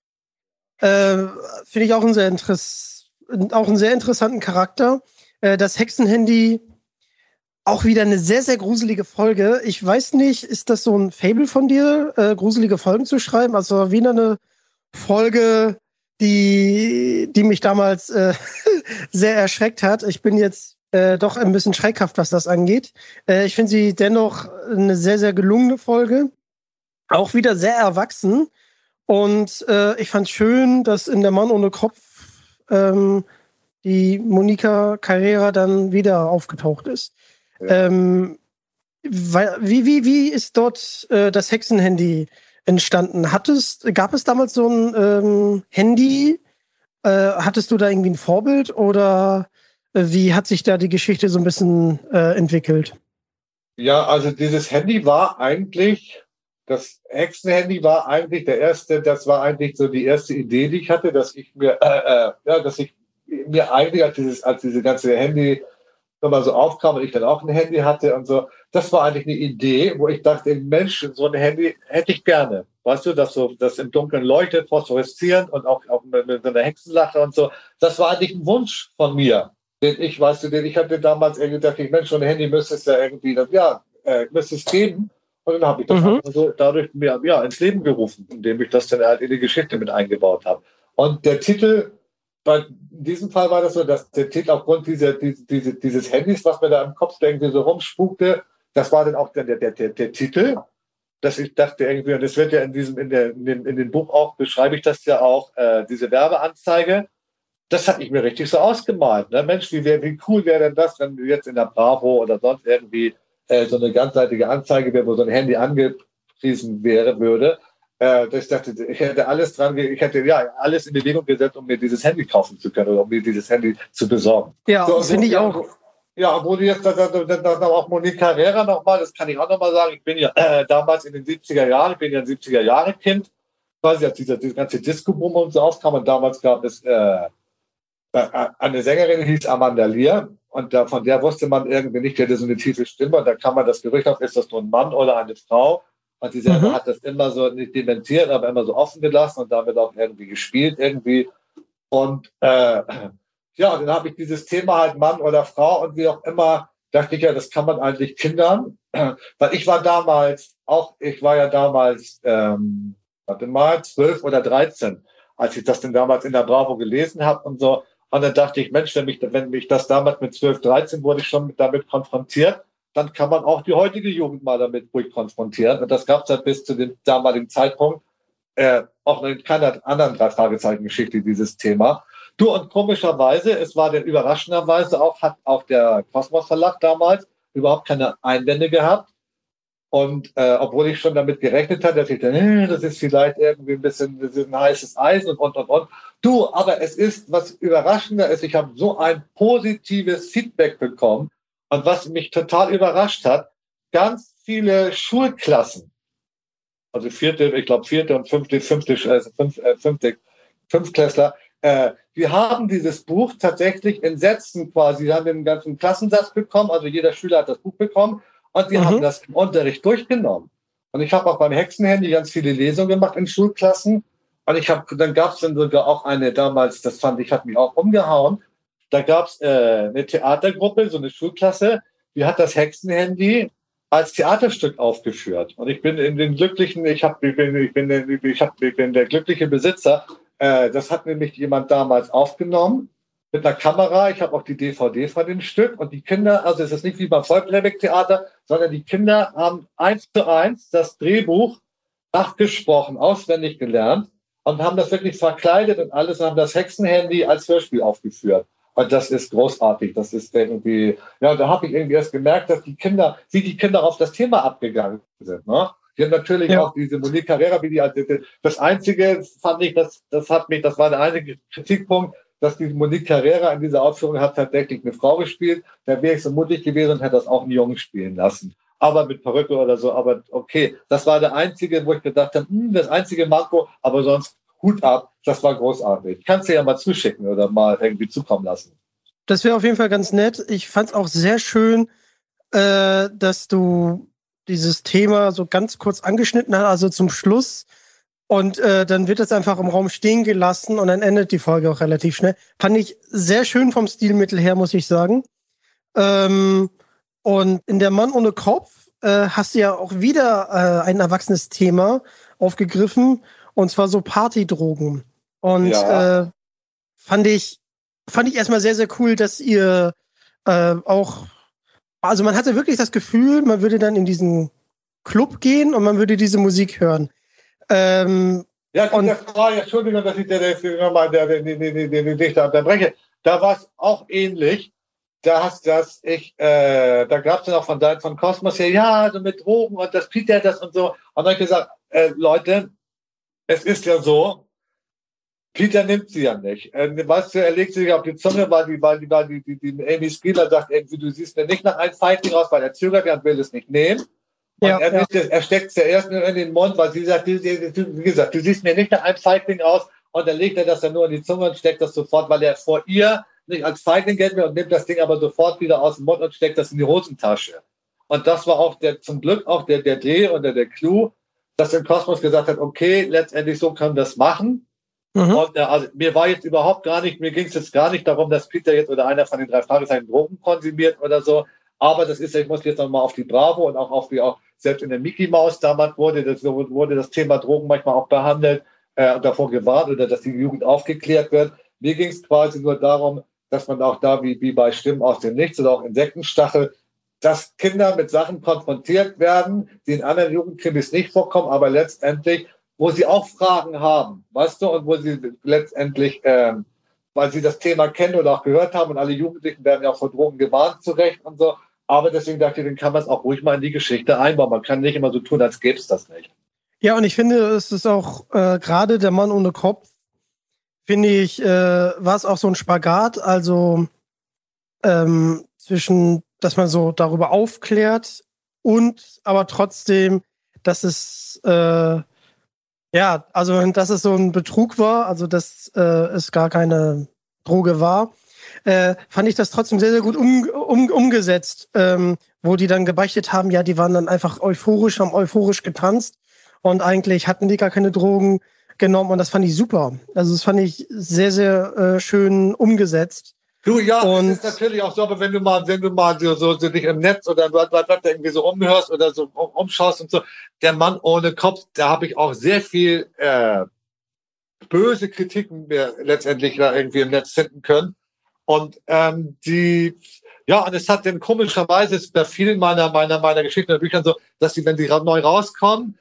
Äh, Finde ich auch, ein sehr interess- auch einen sehr interessanten Charakter. Äh, das Hexenhandy, auch wieder eine sehr, sehr gruselige Folge. Ich weiß nicht, ist das so ein Fable von dir, äh, gruselige Folgen zu schreiben? Also wieder eine Folge, die, die mich damals äh, sehr erschreckt hat. Ich bin jetzt Äh, doch ein bisschen schreckhaft, was das angeht. Äh, ich finde sie dennoch eine sehr, sehr gelungene Folge. Auch wieder sehr erwachsen. Und äh, ich fand schön, dass in Der Mann ohne Kopf ähm, die Monica Carrera dann wieder aufgetaucht ist. Ja. Ähm, wie, wie, wie ist dort äh, das Hexenhandy entstanden? Hattest, gab es damals so ein ähm, Handy? Äh, hattest du da irgendwie ein Vorbild oder wie hat sich da die Geschichte so ein bisschen äh, entwickelt? Ja, also dieses Handy war eigentlich, das Hexenhandy war eigentlich der erste, das war eigentlich so die erste Idee, die ich hatte, dass ich mir, äh, äh, ja, dass ich mir eigentlich, als, dieses, als diese ganze Handy nochmal so aufkam und ich dann auch ein Handy hatte und so, das war eigentlich eine Idee, wo ich dachte, Mensch, so ein Handy hätte ich gerne. Weißt du, dass so, das im Dunkeln leuchtet, phosphoreszierend und auch, auch mit, mit so einer Hexenlache und so. Das war eigentlich ein Wunsch von mir. Den ich, weißt du, den ich hatte damals irgendwie gedacht, ich Mensch, so ein Handy müsste es ja irgendwie, ja, äh, müsste es geben. Und dann habe ich das mhm. so dadurch mir ja, ins Leben gerufen, indem ich das dann halt in die Geschichte mit eingebaut habe. Und der Titel, bei in diesem Fall war das so, dass der Titel aufgrund dieser, diese, diese, dieses Handys, was mir da im Kopf irgendwie so rumspukte, das war dann auch der, der, der, der Titel, dass ich dachte irgendwie, und das wird ja in diesem, in, der, in, dem, in dem Buch auch, beschreibe ich das ja auch, äh, diese Werbeanzeige. Das hatte ich mir richtig so ausgemalt. Ne? Mensch, wie, wär, wie cool wäre denn das, wenn du jetzt in der Bravo oder sonst irgendwie äh, so eine ganzseitige Anzeige wäre, wo so ein Handy angepriesen wäre, würde. Äh, dass ich dachte, ich hätte alles dran, ich hätte ja alles in Bewegung gesetzt, um mir dieses Handy kaufen zu können oder um mir dieses Handy zu besorgen. Ja, so, finde ich ja, auch. Ja, wo du jetzt dann, dann, dann auch Monique Carrera nochmal, das kann ich auch nochmal sagen, ich bin ja äh, damals in den siebziger Jahren, ich bin ja ein siebziger-Jahre-Kind, quasi als dieser, dieser ganze Disco-Boom und so aufkam und damals gab es äh, eine Sängerin, die hieß Amanda Lear und da, von der wusste man irgendwie nicht, die hatte so eine tiefe Stimme und da kam man das Gerücht auf, ist das nur ein Mann oder eine Frau und die selber mhm. hat das immer so nicht dementiert, aber immer so offen gelassen und damit auch irgendwie gespielt irgendwie und äh, ja, und dann habe ich dieses Thema halt Mann oder Frau und wie auch immer, dachte ich ja, das kann man eigentlich Kindern, weil ich war damals auch, ich war ja damals ähm, warte mal, zwölf oder dreizehn, als ich das denn damals in der Bravo gelesen habe und so. Und dann dachte ich, Mensch, wenn mich, wenn mich das damals mit zwölf, dreizehn wurde ich schon damit konfrontiert, dann kann man auch die heutige Jugend mal damit ruhig konfrontieren. Und das gab es halt bis zu dem damaligen Zeitpunkt äh, auch in keiner anderen Drei-Fragezeichen-Geschichte, dieses Thema. Du, und komischerweise, es war dann überraschenderweise auch, hat auch der Kosmos Verlag damals überhaupt keine Einwände gehabt. Und äh, obwohl ich schon damit gerechnet hatte, dass ich dann, äh, das ist vielleicht irgendwie ein bisschen, das ist ein heißes Eis und, und, und, und. Du, aber es ist, was überraschender ist, ich habe so ein positives Feedback bekommen. Und was mich total überrascht hat, ganz viele Schulklassen, also vierte, ich glaube vierte und fünfte, fünfte, also fünf, äh, fünfte, Fünftklässler, äh, wir haben dieses Buch tatsächlich in Sätzen quasi, wir haben den ganzen Klassensatz bekommen, also jeder Schüler hat das Buch bekommen und wir mhm. haben das im Unterricht durchgenommen. Und ich habe auch beim Hexenhandy ganz viele Lesungen gemacht in Schulklassen und ich habe, dann gab es dann sogar auch eine damals, das fand ich, hat mich auch umgehauen, da gab es äh, eine Theatergruppe, so eine Schulklasse, die hat das Hexenhandy als Theaterstück aufgeführt. Und ich bin in den glücklichen, ich, hab, ich, bin, ich, bin, ich, hab, ich bin der glückliche Besitzer. Äh, das hat nämlich jemand damals aufgenommen mit einer Kamera. Ich habe auch die D V D von dem Stück. Und die Kinder, also es ist nicht wie beim Vollplayback-Theater, sondern die Kinder haben eins zu eins das Drehbuch nachgesprochen, auswendig gelernt und haben das wirklich verkleidet und alles und haben das Hexenhandy als Hörspiel aufgeführt. Und das ist großartig. Das ist irgendwie, ja, da habe ich irgendwie erst gemerkt, dass die Kinder, wie die Kinder auf das Thema abgegangen sind. Ne? Die haben natürlich ja. auch diese Monique Carrera, wie die, das Einzige fand ich, das, das hat mich, das war der einzige Kritikpunkt, dass die Monique Carrera in dieser Aufführung hat tatsächlich eine Frau gespielt. Da wäre ich so mutig gewesen und hätte das auch einen Jungen spielen lassen. Aber mit Perücke oder so, aber okay. Das war der einzige, wo ich gedacht habe, hm, das einzige Manko, aber sonst Hut ab, das war großartig. Kannst du ja mal zuschicken oder mal irgendwie zukommen lassen. Das wäre auf jeden Fall ganz nett. Ich fand es auch sehr schön, äh, dass du dieses Thema so ganz kurz angeschnitten hast, also zum Schluss. Und äh, dann wird es einfach im Raum stehen gelassen und dann endet die Folge auch relativ schnell. Fand ich sehr schön vom Stilmittel her, muss ich sagen. Ähm, und in Der Mann ohne Kopf äh, hast du ja auch wieder äh, ein erwachsenes Thema aufgegriffen. Und zwar so Partydrogen. Und ja. äh, fand ich fand ich erstmal sehr, sehr cool, dass ihr äh, auch, also man hatte wirklich das Gefühl, man würde dann in diesen Club gehen und man würde diese Musik hören. Ähm, ja, und das war, Entschuldigung, dass ich den Dichter unterbreche. Da war es auch ähnlich. Da hast das, ich, äh, da gab es dann auch von Seiten von Kosmos her, ja, so mit Drogen und das Peter das und so. Und dann habe ich gesagt, äh, Leute, es ist ja so, Peter nimmt sie ja nicht. Ähm, weißt du, er legt sich auf die Zunge, weil die, weil die, weil die, die, die Amy Spieler sagt irgendwie, du siehst mir nicht nach einem Fighting aus, weil er zögert ja und will es nicht nehmen. Und ja, er, ja. Nicht, er steckt es ja erst nur in den Mund, weil sie sagt, du, wie gesagt, du siehst mir nicht nach einem Fighting aus. Und dann legt er das dann nur in die Zunge und steckt das sofort, weil er vor ihr nicht als Fighting kennt und nimmt das Ding aber sofort wieder aus dem Mund und steckt das in die Hosentasche. Und das war auch der, zum Glück auch der, der Dreh oder der Clou, dass der Kosmos gesagt hat, okay, letztendlich so kann das machen. Mhm. Und äh, also mir war jetzt überhaupt gar nicht, mir ging es jetzt gar nicht darum, dass Peter jetzt oder einer von den drei Fragezeichen Drogen konsumiert oder so. Aber das ist, ich muss jetzt nochmal auf die Bravo und auch auf die, auch selbst in der Mickey Mouse damals wurde das, wurde das Thema Drogen manchmal auch behandelt äh, und davor gewarnt oder dass die Jugend aufgeklärt wird. Mir ging es quasi nur darum, dass man auch da wie, wie bei Stimmen aus dem Nichts oder auch Insektenstachel, dass Kinder mit Sachen konfrontiert werden, die in anderen Jugendkrimis nicht vorkommen, aber letztendlich, wo sie auch Fragen haben, weißt du, und wo sie letztendlich, ähm, weil sie das Thema kennen oder auch gehört haben und alle Jugendlichen werden ja auch vor Drogen gewarnt, zu Recht und so, aber deswegen dachte ich, dann kann man es auch ruhig mal in die Geschichte einbauen. Man kann nicht immer so tun, als gäbe es das nicht. Ja, und ich finde, es ist auch äh, gerade Der Mann ohne Kopf, finde ich, äh, war es auch so ein Spagat, also ähm, zwischen, dass man so darüber aufklärt und aber trotzdem, dass es äh, ja, also dass es so ein Betrug war, also dass äh, es gar keine Droge war, äh, fand ich das trotzdem sehr, sehr gut um, um, umgesetzt, ähm, wo die dann gebeichtet haben, ja, die waren dann einfach euphorisch, haben euphorisch getanzt und eigentlich hatten die gar keine Drogen genommen und das fand ich super. Also das fand ich sehr, sehr äh, schön umgesetzt. Du, ja, und es ist natürlich auch so, aber wenn du mal, wenn du mal so, so, so dich im Netz oder was, was, was irgendwie so umhörst oder so um, umschaust und so, Der Mann ohne Kopf, da habe ich auch sehr viel äh, böse Kritiken mir letztendlich da irgendwie im Netz finden können. Und ähm, die, ja, und es hat dann komischerweise ist bei vielen meiner, meiner, meiner Geschichten oder Büchern so, dass die, wenn die neu rauskommen,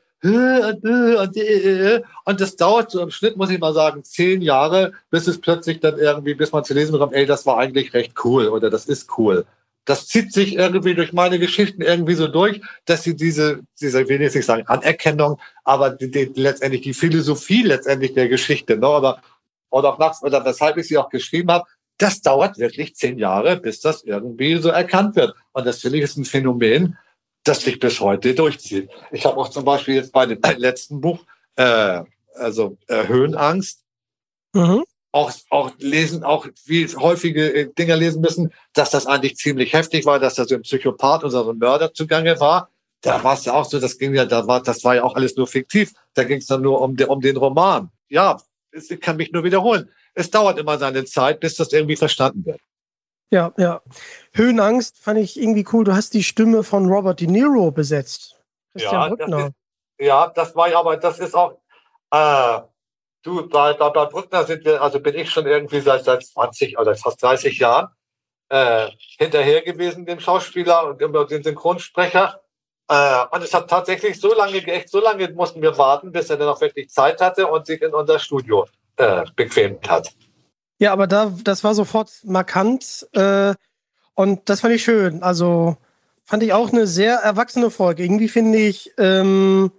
und das dauert so im Schnitt, muss ich mal sagen, zehn Jahre, bis es plötzlich dann irgendwie, bis man zu lesen bekommt, ey, das war eigentlich recht cool oder das ist cool. das zieht sich irgendwie durch meine Geschichten irgendwie so durch, dass sie diese, diese, ich will jetzt nicht sagen Anerkennung, aber die, die, letztendlich die Philosophie letztendlich der Geschichte, ne, oder, oder auch nachts, oder weshalb ich sie auch geschrieben habe, das dauert wirklich zehn Jahre, bis das irgendwie so erkannt wird. Und das finde ich ist ein Phänomen, das sich bis heute durchzieht. Ich habe auch zum Beispiel jetzt bei dem letzten Buch, äh, also äh, Höhenangst, mhm. Auch, auch lesen, auch wie häufige Dinge lesen müssen, dass das eigentlich ziemlich heftig war, dass da so ein Psychopath oder so ein Mörder zugange war. Da war es ja auch so, das ging ja, da war, das war ja auch alles nur fiktiv. Da ging es dann nur um, de, um den Roman. Ja, es kann mich nur wiederholen. Es dauert immer seine Zeit, bis das irgendwie verstanden wird. Ja, ja. Höhenangst fand ich irgendwie cool. Du hast die Stimme von Robert De Niro besetzt. Christian Brückner. Das ist, ja, das war ja, aber das ist auch, äh, Du, bei, bei, bei Brückner sind wir, also bin ich schon irgendwie seit, seit zwanzig oder fast dreißig Jahren äh, hinterher gewesen, dem Schauspieler und immer den Synchronsprecher. Äh, und es hat tatsächlich so lange, echt so lange mussten wir warten, bis er dann auch wirklich Zeit hatte und sich in unser Studio äh, bequemt hat. Ja, aber da, das war sofort markant äh, und das fand ich schön. Also fand ich auch eine sehr erwachsene Folge. Irgendwie finde ich, ähm,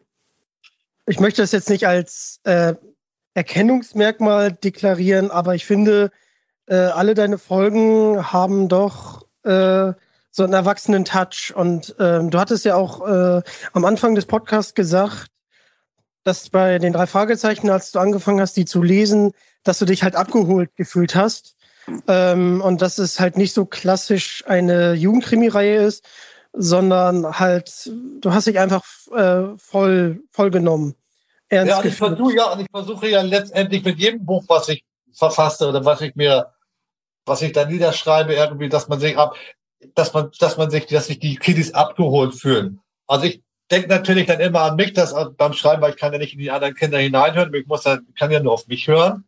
ich möchte das jetzt nicht als äh, Erkennungsmerkmal deklarieren, aber ich finde, äh, alle deine Folgen haben doch äh, so einen erwachsenen Touch. Und ähm, du hattest ja auch äh, am Anfang des Podcasts gesagt, dass bei den drei Fragezeichen, als du angefangen hast, die zu lesen, dass du dich halt abgeholt gefühlt hast. Ähm, und dass es halt nicht so klassisch eine Jugendkrimi-Reihe ist, sondern halt, du hast dich einfach äh, voll, voll genommen. Ernst ja, und ich versuche ja, und ich versuche ja letztendlich mit jedem Buch, was ich verfasse oder was ich mir, was ich da niederschreibe, irgendwie, dass man sich ab, dass man, dass man sich, dass sich die Kiddies abgeholt fühlen. Also ich denke natürlich dann immer an mich, dass beim Schreiben, weil ich kann ja nicht in die anderen Kinder hineinhören, ich muss dann, kann ja nur auf mich hören,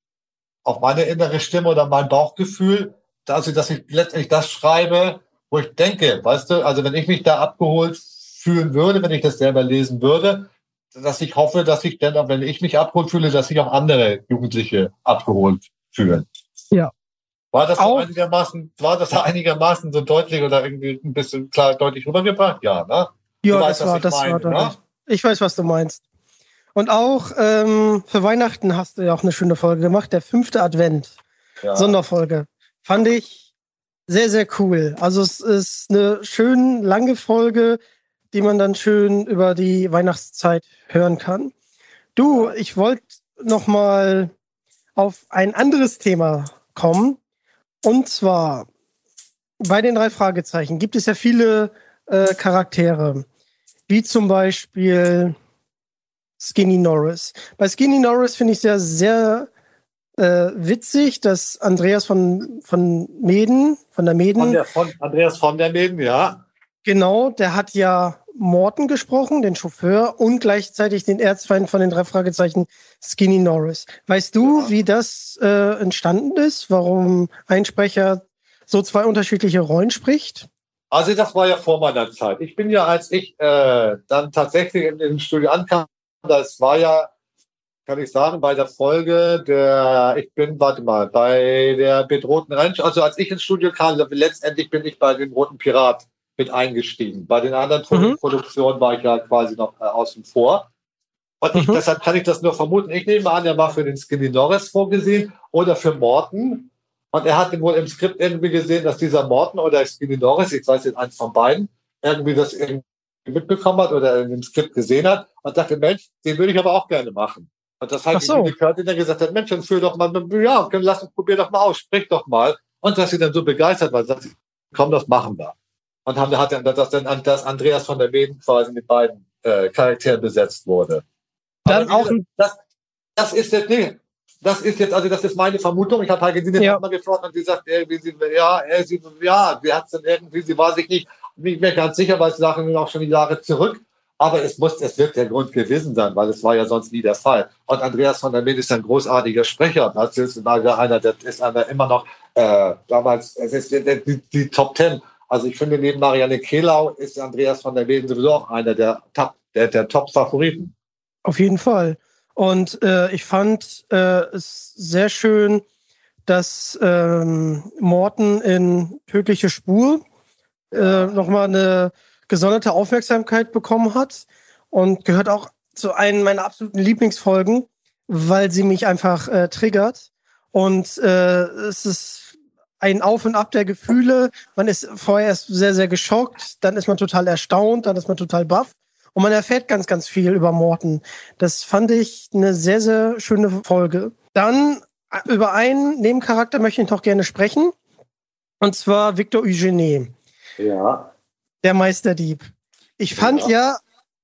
auf meine innere Stimme oder mein Bauchgefühl, also dass ich letztendlich das schreibe, wo ich denke, weißt du, also wenn ich mich da abgeholt fühlen würde, wenn ich das selber lesen würde, dass ich hoffe, dass ich dann, wenn ich mich abgeholt fühle, dass sich auch andere Jugendliche abgeholt fühlen. Ja. War das auch einigermaßen, war das einigermaßen so deutlich oder irgendwie ein bisschen klar deutlich rübergebracht? Ja, ne? Ja, weißt, das war, das meine, war deutlich. Ne? Ich weiß, was du meinst. Und auch ähm, für Weihnachten hast du ja auch eine schöne Folge gemacht, der fünfte Advent. Ja. Sonderfolge. Fand ich sehr, sehr cool. Also es ist eine schön lange Folge, die man dann schön über die Weihnachtszeit hören kann. Du, ich wollte noch mal auf ein anderes Thema kommen. Und zwar, bei den drei Fragezeichen gibt es ja viele äh, Charaktere, wie zum Beispiel Skinny Norris. Bei Skinny Norris finde ich es ja sehr äh, witzig, dass Andreas von, von Meden, von der Meden... Von der, von Andreas von der Meden, ja. Genau, der hat ja Morten gesprochen, den Chauffeur, und gleichzeitig den Erzfeind von den drei Fragezeichen, Skinny Norris. Weißt du, ja, wie das äh, entstanden ist? Warum ein Sprecher so zwei unterschiedliche Rollen spricht? Also das war ja vor meiner Zeit. Ich bin ja, als ich äh, dann tatsächlich in dem Studio ankam, das war ja, kann ich sagen, bei der Folge der, ich bin, warte mal, bei der bedrohten Ranch, also als ich ins Studio kam, letztendlich bin ich bei dem Roten Pirat mit eingestiegen. Bei den anderen mhm. Produktionen war ich ja quasi noch äh, außen vor. Und ich, mhm. deshalb kann ich das nur vermuten. Ich nehme an, er war für den Skinny Norris vorgesehen oder für Morten. Und er hat wohl im Skript irgendwie gesehen, dass dieser Morten oder Skinny Norris, ich weiß jetzt eins von beiden, irgendwie das irgendwie mitbekommen hat oder in dem Skript gesehen hat und dachte, Mensch, den würde ich aber auch gerne machen. Und das hat so. die Curtin dann gesagt hat, Mensch, dann fühl doch mal, ja, lass uns, probier doch mal aus, sprich doch mal. Und dass sie dann so begeistert war, sagt, komm, das machen wir. Und haben, hat dann, dass dann dass Andreas von der Meden quasi mit beiden äh, Charakteren besetzt wurde. Dann auch gesagt, das, das ist jetzt nee, das ist jetzt, also das ist meine Vermutung. Ich habe halt gesehen, ja. mal gefragt und sie sagt irgendwie, sie, ja, er, sie, ja, sie hat es dann irgendwie, sie war sich nicht, nicht mehr ganz sicher, weil es Sachen auch schon die Jahre zurück. Aber es muss, es wird der Grund gewesen sein, weil es war ja sonst nie der Fall. Und Andreas von der Meden ist ein großartiger Sprecher. Das ist einer, der ist einer immer noch äh, damals, es ist die, die Top Ten. Also ich finde, neben Marianne Kehlau ist Andreas von der Meden sowieso auch einer der Top, der, der Top-Favoriten. Auf jeden Fall. Und äh, ich fand äh, es sehr schön, dass ähm, Morten in Tödliche Spur äh, nochmal eine gesonderte Aufmerksamkeit bekommen hat und gehört auch zu einem meiner absoluten Lieblingsfolgen, weil sie mich einfach äh, triggert. Und äh, es ist ein Auf und Ab der Gefühle. Man ist vorher erst sehr, sehr geschockt, dann ist man total erstaunt, dann ist man total baff. Und man erfährt ganz, ganz viel über Morten. Das fand ich eine sehr, sehr schöne Folge. Dann über einen Nebencharakter möchte ich noch gerne sprechen. Und zwar Victor Eugenie. Ja. Der Meisterdieb. Ich fand ja, ja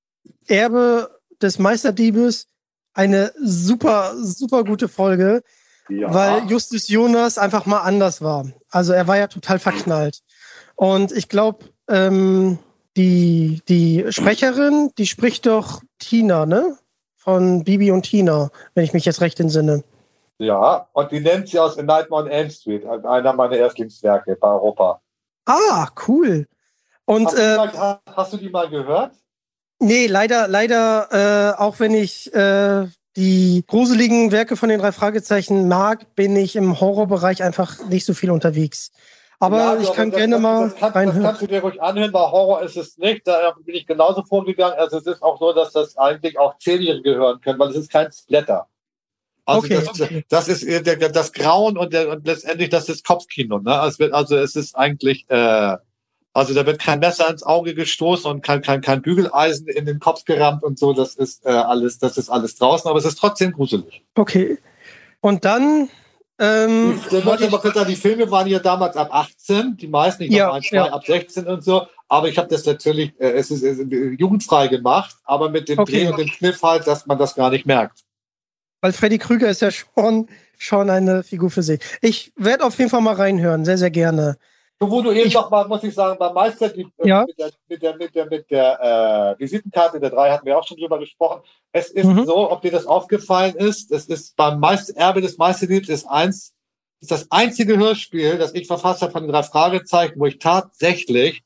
Erbe des Meisterdiebes eine super, super gute Folge, ja. weil Justus Jonas einfach mal anders war. Also er war ja total verknallt. Und ich glaube, ähm, die, die Sprecherin, die spricht doch Tina, ne? Von Bibi und Tina, wenn ich mich jetzt recht entsinne. Ja, und die nennt sie aus A Nightmare on Elm Street, einer meiner Erstlingswerke bei Europa. Ah, cool. Und, hast, du äh, mal, hast du die mal gehört? Nee, leider, leider, äh, auch wenn ich äh, die gruseligen Werke von den drei Fragezeichen mag, bin ich im Horrorbereich einfach nicht so viel unterwegs. Aber ja, ich kann das, gerne das, mal das, kann, reinhören. Das kannst du dir ruhig anhören, weil Horror ist es nicht. Da bin ich genauso vorgegangen. Also es ist auch so, dass das eigentlich auch Zehnjährige gehören können, weil es ist kein Splatter. Also okay. das, das ist der, das Grauen und, der, und letztendlich das ist Kopfkino. Ne? Also, es wird, also es ist eigentlich, äh, also da wird kein Messer ins Auge gestoßen und kein, kein, kein Bügeleisen in den Kopf gerammt und so. Das ist äh, alles, das ist alles draußen, aber es ist trotzdem gruselig. Okay. Und dann Ähm, die, die, die Filme waren ja damals ab achtzehn, die meisten, ich glaube, ja, ein, zwei ja. ab sechzehn und so. Aber ich habe das natürlich, äh, es ist, es ist jugendfrei gemacht, aber mit dem okay. Dreh und dem Kniff halt, dass man das gar nicht merkt. Weil Freddy Krüger ist ja schon, schon eine Figur für sich. Ich werde auf jeden Fall mal reinhören, sehr, sehr gerne. Wo du eben ich, noch mal, muss ich sagen, beim Meister, die, ja. mit der, mit der, mit der, mit der äh, Visitenkarte der drei hatten wir auch schon drüber gesprochen. Es ist mhm. so, ob dir das aufgefallen ist, es ist beim Meister, Erbe des Meisterdiebs ist eins, ist das einzige Hörspiel, das ich verfasst habe von den drei Fragezeichen, wo ich tatsächlich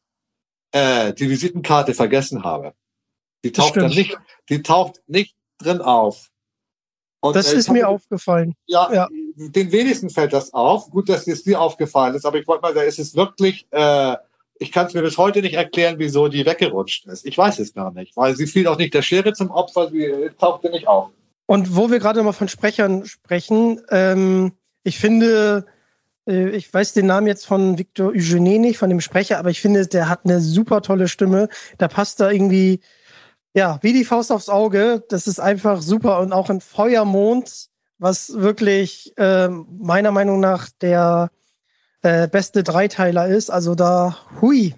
äh, die Visitenkarte vergessen habe. Die taucht dann nicht, die taucht nicht drin auf. Und, das äh, ist mir hab, aufgefallen. Ja, ja, den wenigsten fällt das auf. Gut, dass es dir aufgefallen ist, aber ich wollte mal, da ist es wirklich, äh, ich kann es mir bis heute nicht erklären, wieso die weggerutscht ist. Ich weiß es gar nicht, weil sie fiel auch nicht der Schere zum Opfer, sie tauchte nicht auf. Und wo wir gerade mal von Sprechern sprechen, ähm, ich finde, äh, ich weiß den Namen jetzt von Victor Eugenie nicht, von dem Sprecher, aber ich finde, der hat eine super tolle Stimme. Da passt da irgendwie, ja, wie die Faust aufs Auge. Das ist einfach super. Und auch in Feuermond, was wirklich äh, meiner Meinung nach der äh, beste Dreiteiler ist. Also da, hui.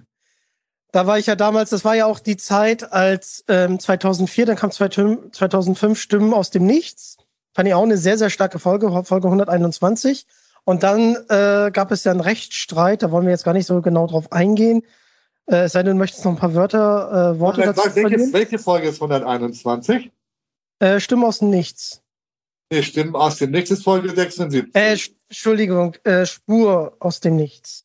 Da war ich ja damals, das war ja auch die Zeit, als ähm, zweitausendvier, dann kam zweitausendfünf Stimmen aus dem Nichts. Fand ich auch eine sehr, sehr starke Folge, Folge hunderteinundzwanzig. Und dann äh, gab es ja einen Rechtsstreit, da wollen wir jetzt gar nicht so genau drauf eingehen. Äh, es sei denn, du möchtest noch ein paar Wörter, äh, Worte dazu welche, welche Folge ist hunderteinundzwanzig? Äh, Stimmen aus dem Nichts. Nee, Stimmen aus dem Nichts ist Folge sechsundsiebzig. Äh, Entschuldigung, äh, Spur aus dem Nichts.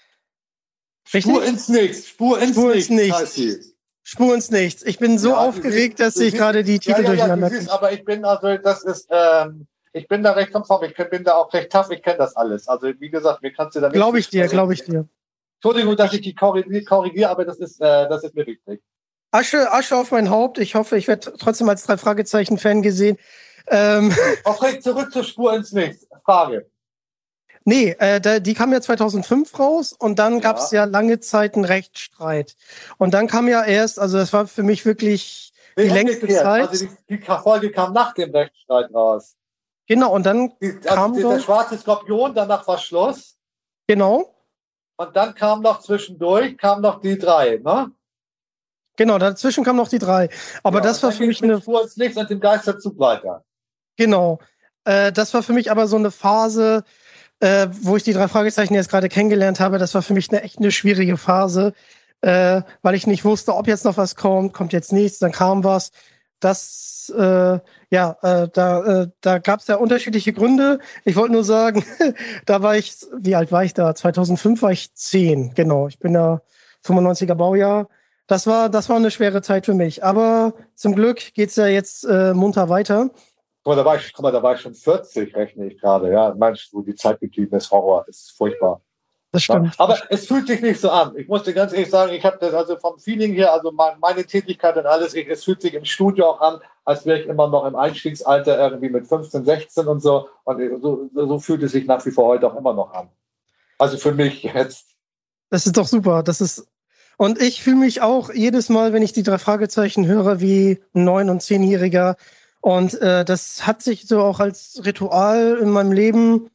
Richtig? Spur ins Nichts. Spur ins Spur Nichts. Ins Nichts. Spur ins Nichts. Ich bin so ja, aufgeregt, dass ich gerade die Titel ja, ja, durcheinander kriege. Ja, aber ich bin also, das ist, ähm, ich bin da recht konform. Ich bin da auch recht tough. Ich kenne das alles. Also wie gesagt, mir kannst du da nicht. Glaube ich dir, glaube ich dir. Entschuldigung, dass ich die korrigiere, korrigiere aber das ist, äh, das ist mir wichtig. Asche, Asche auf mein Haupt. Ich hoffe, ich werde trotzdem als drei Fragezeichen-Fan gesehen. Ähm, okay, zurück zur Spur ins Nichts. Frage. Nee, äh, da, die kam ja zweitausendfünf raus und dann ja. gab es ja lange Zeit einen Rechtsstreit. Und dann kam ja erst, also das war für mich wirklich die längste Zeit. Also die, die Folge kam nach dem Rechtsstreit raus. Genau, und dann die, kam also der schwarze Skorpion, danach war Schluss. Genau. Und dann kam noch zwischendurch, kam noch die drei, ne? Genau, dazwischen kam noch die drei. Aber ja, das war für mich eine... Spur ins Nichts und dem Geisterzug weiter. Genau. Äh, das war für mich aber so eine Phase, äh, wo ich die drei Fragezeichen jetzt gerade kennengelernt habe. Das war für mich eine echt eine schwierige Phase, äh, weil ich nicht wusste, ob jetzt noch was kommt, kommt jetzt nichts, dann kam was. Das, äh, ja, äh, da, äh, da gab es ja unterschiedliche Gründe. Ich wollte nur sagen, da war ich, wie alt war ich da? zweitausendfünf war ich zehn, genau. Ich bin ja fünfundneunziger Baujahr. Das war, das war eine schwere Zeit für mich. Aber zum Glück geht's ja jetzt äh, munter weiter. Guck mal, da war ich, guck mal, da war ich schon vierzig, rechne ich gerade. Ja, meinst du, wo die Zeit geblieben ist, Horror, das ist furchtbar. Das stimmt. Aber es fühlt sich nicht so an. Ich muss dir ganz ehrlich sagen, ich habe das also vom Feeling her, also meine Tätigkeit und alles, ich, es fühlt sich im Studio auch an, als wäre ich immer noch im Einstiegsalter irgendwie mit fünfzehn, sechzehn und so. Und so, so fühlt es sich nach wie vor heute auch immer noch an. Also für mich jetzt. Das ist doch super. Das ist und ich fühle mich auch jedes Mal, wenn ich die drei Fragezeichen höre, wie ein neun- und zehnjähriger. Und äh, das hat sich so auch als Ritual in meinem Leben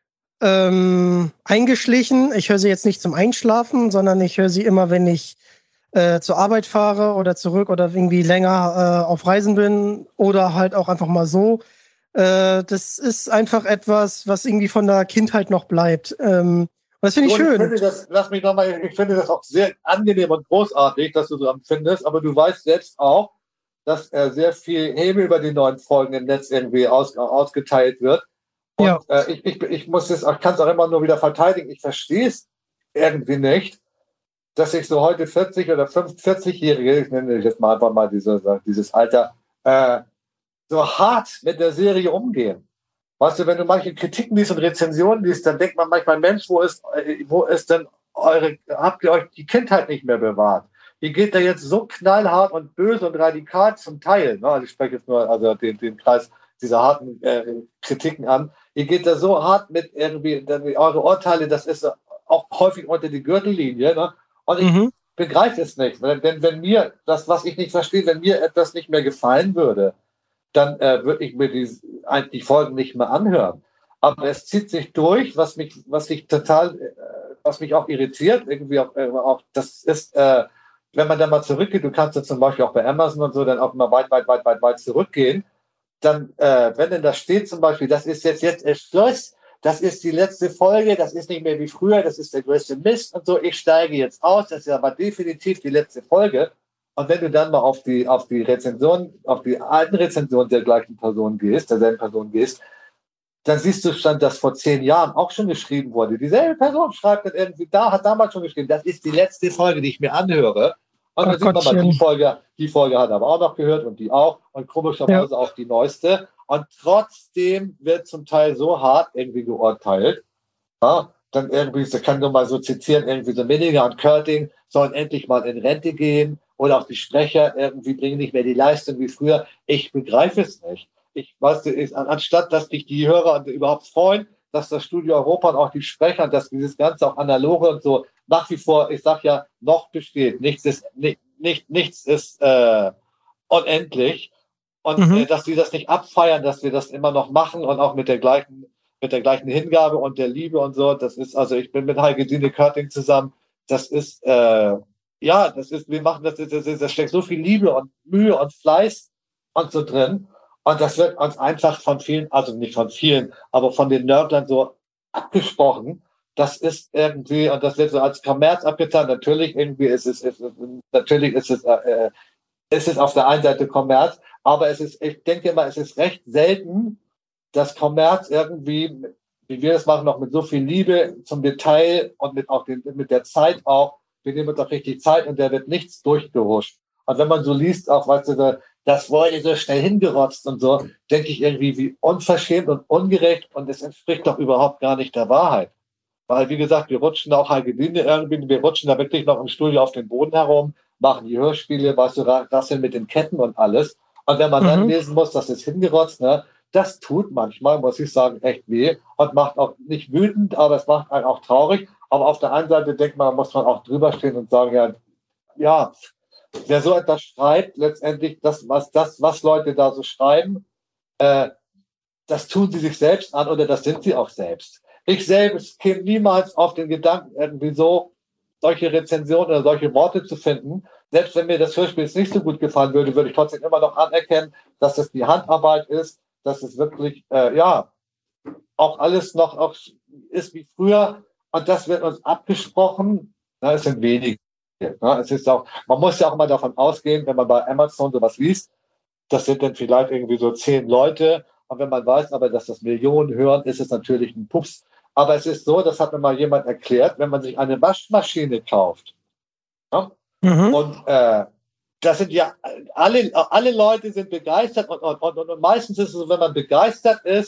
ähm, eingeschlichen. Ich höre sie jetzt nicht zum Einschlafen, sondern ich höre sie immer, wenn ich äh, zur Arbeit fahre oder zurück oder irgendwie länger äh, auf Reisen bin oder halt auch einfach mal so. Äh, das ist einfach etwas, was irgendwie von der Kindheit noch bleibt. Ähm, Das finde ich und schön. Ich finde das, lass mich noch mal, ich finde das auch sehr angenehm und großartig, dass du so empfindest, aber du weißt selbst auch, dass äh, sehr viel Häme über die neuen Folgen im Netz irgendwie aus, ausgeteilt wird. Und ja. äh, ich, ich, ich muss es, ich kann es auch immer nur wieder verteidigen. Ich verstehe es irgendwie nicht, dass sich so heute vierzig- oder fünfundvierzig-Jährige, ich nenne jetzt mal einfach mal diese, dieses Alter, äh, so hart mit der Serie umgehen. Weißt du, wenn du manche Kritiken liest und Rezensionen liest, dann denkt man manchmal, Mensch, wo ist, wo ist denn eure, habt ihr euch die Kindheit nicht mehr bewahrt? Ihr geht da jetzt so knallhart und böse und radikal zum Teil, ne? Also ich spreche jetzt nur also den, den Kreis dieser harten äh, Kritiken an. Ihr geht da so hart mit irgendwie, eure Urteile, das ist auch häufig unter die Gürtellinie, ne? Und ich mhm. begreife es nicht. Denn wenn mir das, was ich nicht verstehe, wenn mir etwas nicht mehr gefallen würde, dann äh, würde ich mir die, die Folgen nicht mehr anhören. Aber es zieht sich durch, was mich, was mich total, äh, was mich auch irritiert, irgendwie auch, äh, auch das ist, äh, wenn man dann mal zurückgeht, du kannst ja zum Beispiel auch bei Amazon und so dann auch mal weit, weit, weit, weit, weit zurückgehen, dann, äh, wenn denn da steht zum Beispiel, das ist jetzt, jetzt ist Schluss, das ist die letzte Folge, das ist nicht mehr wie früher, das ist der größte Mist und so, ich steige jetzt aus, das ist aber definitiv die letzte Folge. Und wenn du dann mal auf die, auf die Rezension, auf die alten Rezensionen der gleichen Person gehst, derselben Person gehst, dann siehst du schon, dass vor zehn Jahren auch schon geschrieben wurde. Dieselbe Person schreibt dann irgendwie, da hat damals schon geschrieben, das ist die letzte Folge, die ich mir anhöre. Und dann sieht man mal, die Folge, die Folge hat aber auch noch gehört und die auch und komischerweise ja. auch die neueste. Und trotzdem wird zum Teil so hart irgendwie geurteilt. Ja, dann irgendwie, ich kann nur mal so zitieren, irgendwie so Miniger und Körting sollen endlich mal in Rente gehen. Oder auch die Sprecher irgendwie bringen nicht mehr die Leistung wie früher. Ich begreife es nicht. Ich weiß, ich, anstatt dass sich die Hörer überhaupt freuen, dass das Studio Europa und auch die Sprecher, dass dieses Ganze auch analoge und so nach wie vor, ich sag ja, noch besteht. Nichts ist, nicht, nicht, nichts ist äh, unendlich. Und mhm. äh, dass sie das nicht abfeiern, dass wir das immer noch machen und auch mit der gleichen, mit der gleichen Hingabe und der Liebe und so. Das ist, also ich bin mit Heike-Dine Körting zusammen. Das ist, äh, ja, das ist, wir machen das, das, das, das steckt so viel Liebe und Mühe und Fleiß und so drin. Und das wird uns einfach von vielen, also nicht von vielen, aber von den Nerdlern so abgesprochen. Das ist irgendwie, und das wird so als Kommerz abgetan. Natürlich irgendwie ist es, ist es natürlich ist es, äh, ist es auf der einen Seite Kommerz, aber es ist, ich denke mal, es ist recht selten, dass Kommerz irgendwie, wie wir das machen, noch mit so viel Liebe zum Detail und mit auch den, mit der Zeit auch, wir nehmen uns auch richtig Zeit und da wird nichts durchgeruscht. Und wenn man so liest, auch, weißt du, das wurde so schnell hingerotzt und so, denke ich irgendwie, wie unverschämt und ungerecht und es entspricht doch überhaupt gar nicht der Wahrheit. Weil, wie gesagt, wir rutschen auch Heike-Dine irgendwie, wir rutschen da wirklich noch im Studio auf den Boden herum, machen die Hörspiele, weißt du, rasseln mit den Ketten und alles. Und wenn man mhm. dann lesen muss, das ist hingerotzt, ne, das tut manchmal, muss ich sagen, echt weh und macht auch nicht wütend, aber es macht einen auch traurig. Aber auf der einen Seite denkt man, muss man auch drüber stehen und sagen, ja, ja, wer so etwas schreibt, letztendlich, das, was, das, was Leute da so schreiben, äh, das tun sie sich selbst an oder das sind sie auch selbst. Ich selbst käme niemals auf den Gedanken, irgendwie so solche Rezensionen oder solche Worte zu finden. Selbst wenn mir das Hörspiel jetzt nicht so gut gefallen würde, würde ich trotzdem immer noch anerkennen, dass es die Handarbeit ist, dass es wirklich, äh, ja, auch alles noch auch ist wie früher. Und das wird uns abgesprochen. Na, es sind wenige. Na, es ist auch, man muss ja auch mal davon ausgehen, wenn man bei Amazon sowas liest, das sind dann vielleicht irgendwie so zehn Leute. Und wenn man weiß aber, dass das Millionen hören, ist es natürlich ein Pups. Aber es ist so, das hat mir mal jemand erklärt, wenn man sich eine Waschmaschine kauft, ja, mhm. und äh, das sind ja alle, alle Leute sind begeistert und, und, und, und meistens ist es so, wenn man begeistert ist,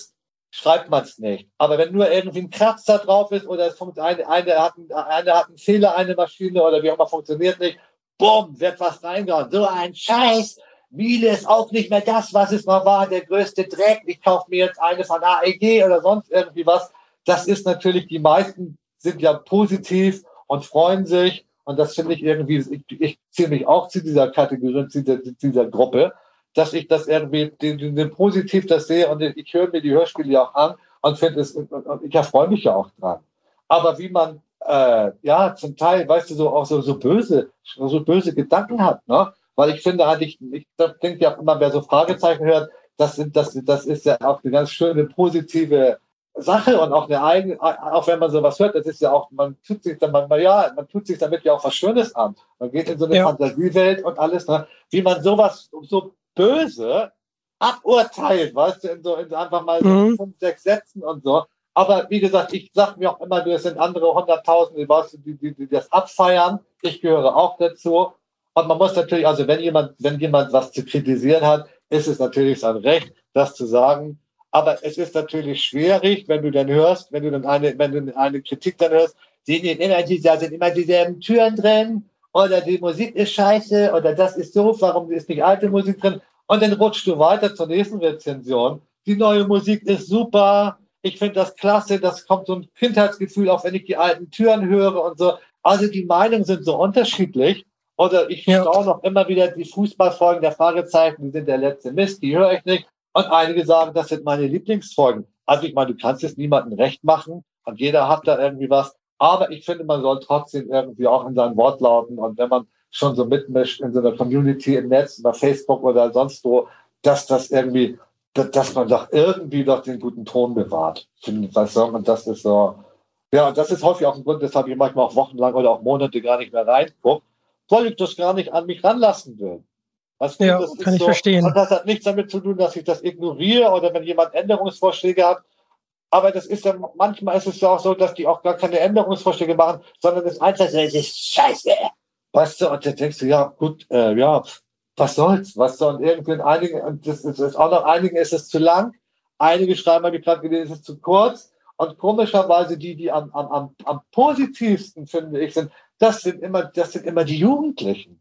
schreibt man es nicht. Aber wenn nur irgendwie ein Kratzer drauf ist oder es eine, eine, hat einen, eine hat einen Fehler, eine Maschine oder wie auch immer, funktioniert nicht, bumm, wird was reingehauen. So ein Scheiß. Miele ist auch nicht mehr das, was es mal war, der größte Dreck. Ich kaufe mir jetzt eine von A E G oder sonst irgendwie was. Das ist natürlich, die meisten sind ja positiv und freuen sich. Und das finde ich irgendwie, ich, ich zähle mich auch zu dieser Kategorie, zu dieser, zu dieser Gruppe, dass ich das irgendwie den, den, den positiv das sehe und ich höre mir die Hörspiele ja auch an und finde es, und ich freue mich ja auch dran. Aber wie man, äh, ja, zum Teil, weißt du, so auch so, so böse, so böse Gedanken hat, ne? Weil ich finde eigentlich, ich denke ja auch immer, wer so Fragezeichen hört, das sind, das, das ist ja auch eine ganz schöne positive Sache und auch eine eigene, auch wenn man sowas hört, das ist ja auch, man tut sich dann manchmal, ja, man tut sich damit ja auch was Schönes an. Man geht in so eine ja. Fantasiewelt und alles, ne? Wie man sowas so böse aburteilt, weißt du, in so, in einfach mal mhm. so fünf, sechs Sätzen und so. Aber wie gesagt, ich sag mir auch immer, es sind andere hunderttausende, weißt du, die, die, die das abfeiern. Ich gehöre auch dazu. Und man muss natürlich, also wenn jemand, wenn jemand was zu kritisieren hat, ist es natürlich sein Recht, das zu sagen. Aber es ist natürlich schwierig, wenn du dann hörst, wenn du dann eine, wenn du eine Kritik dann hörst, sind immer die, da sind immer dieselben Türen drin, oder die Musik ist scheiße, oder das ist so, warum ist nicht alte Musik drin? Und dann rutschst du weiter zur nächsten Rezension. Die neue Musik ist super, ich finde das klasse, das kommt so ein Kindheitsgefühl, auch wenn ich die alten Türen höre und so. Also die Meinungen sind so unterschiedlich. Oder ich ja. schaue noch immer wieder die Fußballfolgen der Fragezeichen, die sind der letzte Mist, die höre ich nicht. Und einige sagen, das sind meine Lieblingsfolgen. Also ich meine, du kannst es niemandem recht machen und jeder hat da irgendwie was. Aber ich finde, man soll trotzdem irgendwie auch in seinen Wortlauten und wenn man schon so mitmischt in so einer Community im Netz, über Facebook oder sonst wo, dass das irgendwie, dass man doch irgendwie doch den guten Ton bewahrt. Weißt du? Und das ist so, ja, und das ist häufig auch ein Grund, weshalb ich manchmal auch wochenlang oder auch Monate gar nicht mehr reingucke, weil ich das gar nicht an mich ranlassen will. Das, ja, das kann ich so, verstehen. Und das hat nichts damit zu tun, dass ich das ignoriere oder wenn jemand Änderungsvorschläge hat. Aber das ist ja, manchmal ist es ja auch so, dass die auch gar keine Änderungsvorschläge machen, sondern das einfach so, das ist scheiße. Weißt du, und dann denkst du, ja, gut, äh, ja, was soll's, was soll, und irgendwie in einigen, und das ist, ist auch noch einigen ist es zu lang, einige schreiben, habe ich gerade gelesen, ist es zu kurz, und komischerweise die, die am, am, am, am positivsten, finde ich, sind, das sind immer, das sind immer die Jugendlichen.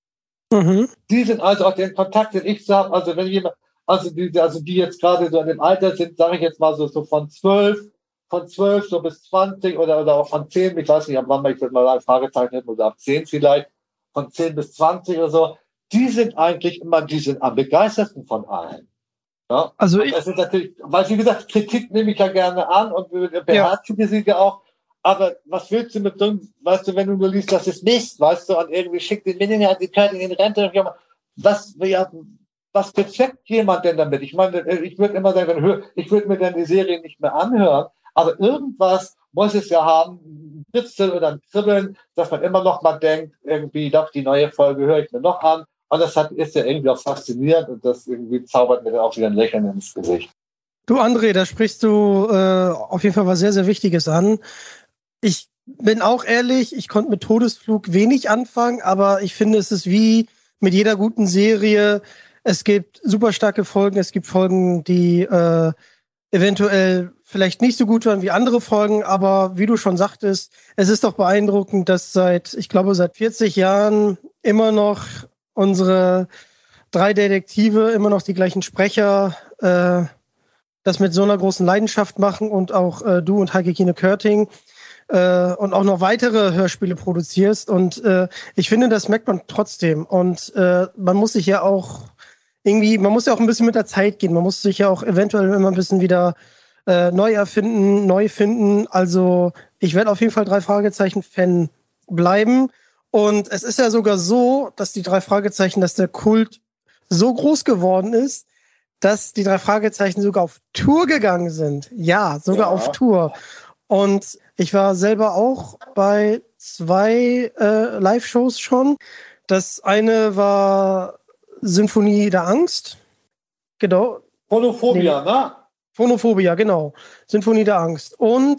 Mhm. Die sind also auch den Kontakt, den ich so habe, also wenn jemand, also die, also die jetzt gerade so in dem Alter sind, sage ich jetzt mal so, so von zwölf, von zwölf so bis zwanzig oder, oder auch von zehn, ich weiß nicht, ab wann man, ich würde mal sagen, Fragezeichen hätten oder ab zehn vielleicht, von zehn bis zwanzig oder so, die sind eigentlich immer, die sind am begeistersten von allen. Ja? Also ich, das ist natürlich, weil wie gesagt, Kritik nehme ich ja gerne an und beherzige ja. sie auch. Aber was willst du mit so, weißt du, wenn du nur liest, das ist Mist, weißt du, und irgendwie schickt den Minion, die können in Rente, was, ja, was bezweckt jemand denn damit? Ich meine, ich würde immer sagen, ich würde mir dann die Serie nicht mehr anhören, aber irgendwas muss es ja haben, ein Kritzeln oder ein Kribbeln, dass man immer noch mal denkt, irgendwie, doch, die neue Folge höre ich mir noch an. Und das hat, ist ja irgendwie auch faszinierend und das irgendwie zaubert mir dann auch wieder ein Lächeln ins Gesicht. Du, André, da sprichst du äh, auf jeden Fall was sehr, sehr Wichtiges an. Ich bin auch ehrlich, ich konnte mit Todesflug wenig anfangen, aber ich finde, es ist wie mit jeder guten Serie. Es gibt super starke Folgen, es gibt Folgen, die äh, eventuell vielleicht nicht so gut waren wie andere Folgen, aber wie du schon sagtest, es ist doch beeindruckend, dass seit, ich glaube, seit vierzig Jahren immer noch unsere drei Detektive, immer noch die gleichen Sprecher, äh, das mit so einer großen Leidenschaft machen und auch äh, du und Heike Kiene-Körting äh, und auch noch weitere Hörspiele produzierst. Und äh, ich finde, das merkt man trotzdem. Und äh, man muss sich ja auch irgendwie, man muss ja auch ein bisschen mit der Zeit gehen. Man muss sich ja auch eventuell immer ein bisschen wieder äh, neu erfinden, neu finden. Also ich werde auf jeden Fall drei Fragezeichen-Fan bleiben. Und es ist ja sogar so, dass die drei Fragezeichen, dass der Kult so groß geworden ist, dass die drei Fragezeichen sogar auf Tour gegangen sind. Ja, sogar ja. auf Tour. Und ich war selber auch bei zwei äh, Live-Shows schon. Das eine war Symphonie der Angst. Genau. Phonophobia, nee. ne? Phonophobia, genau. Symphonie der Angst. Und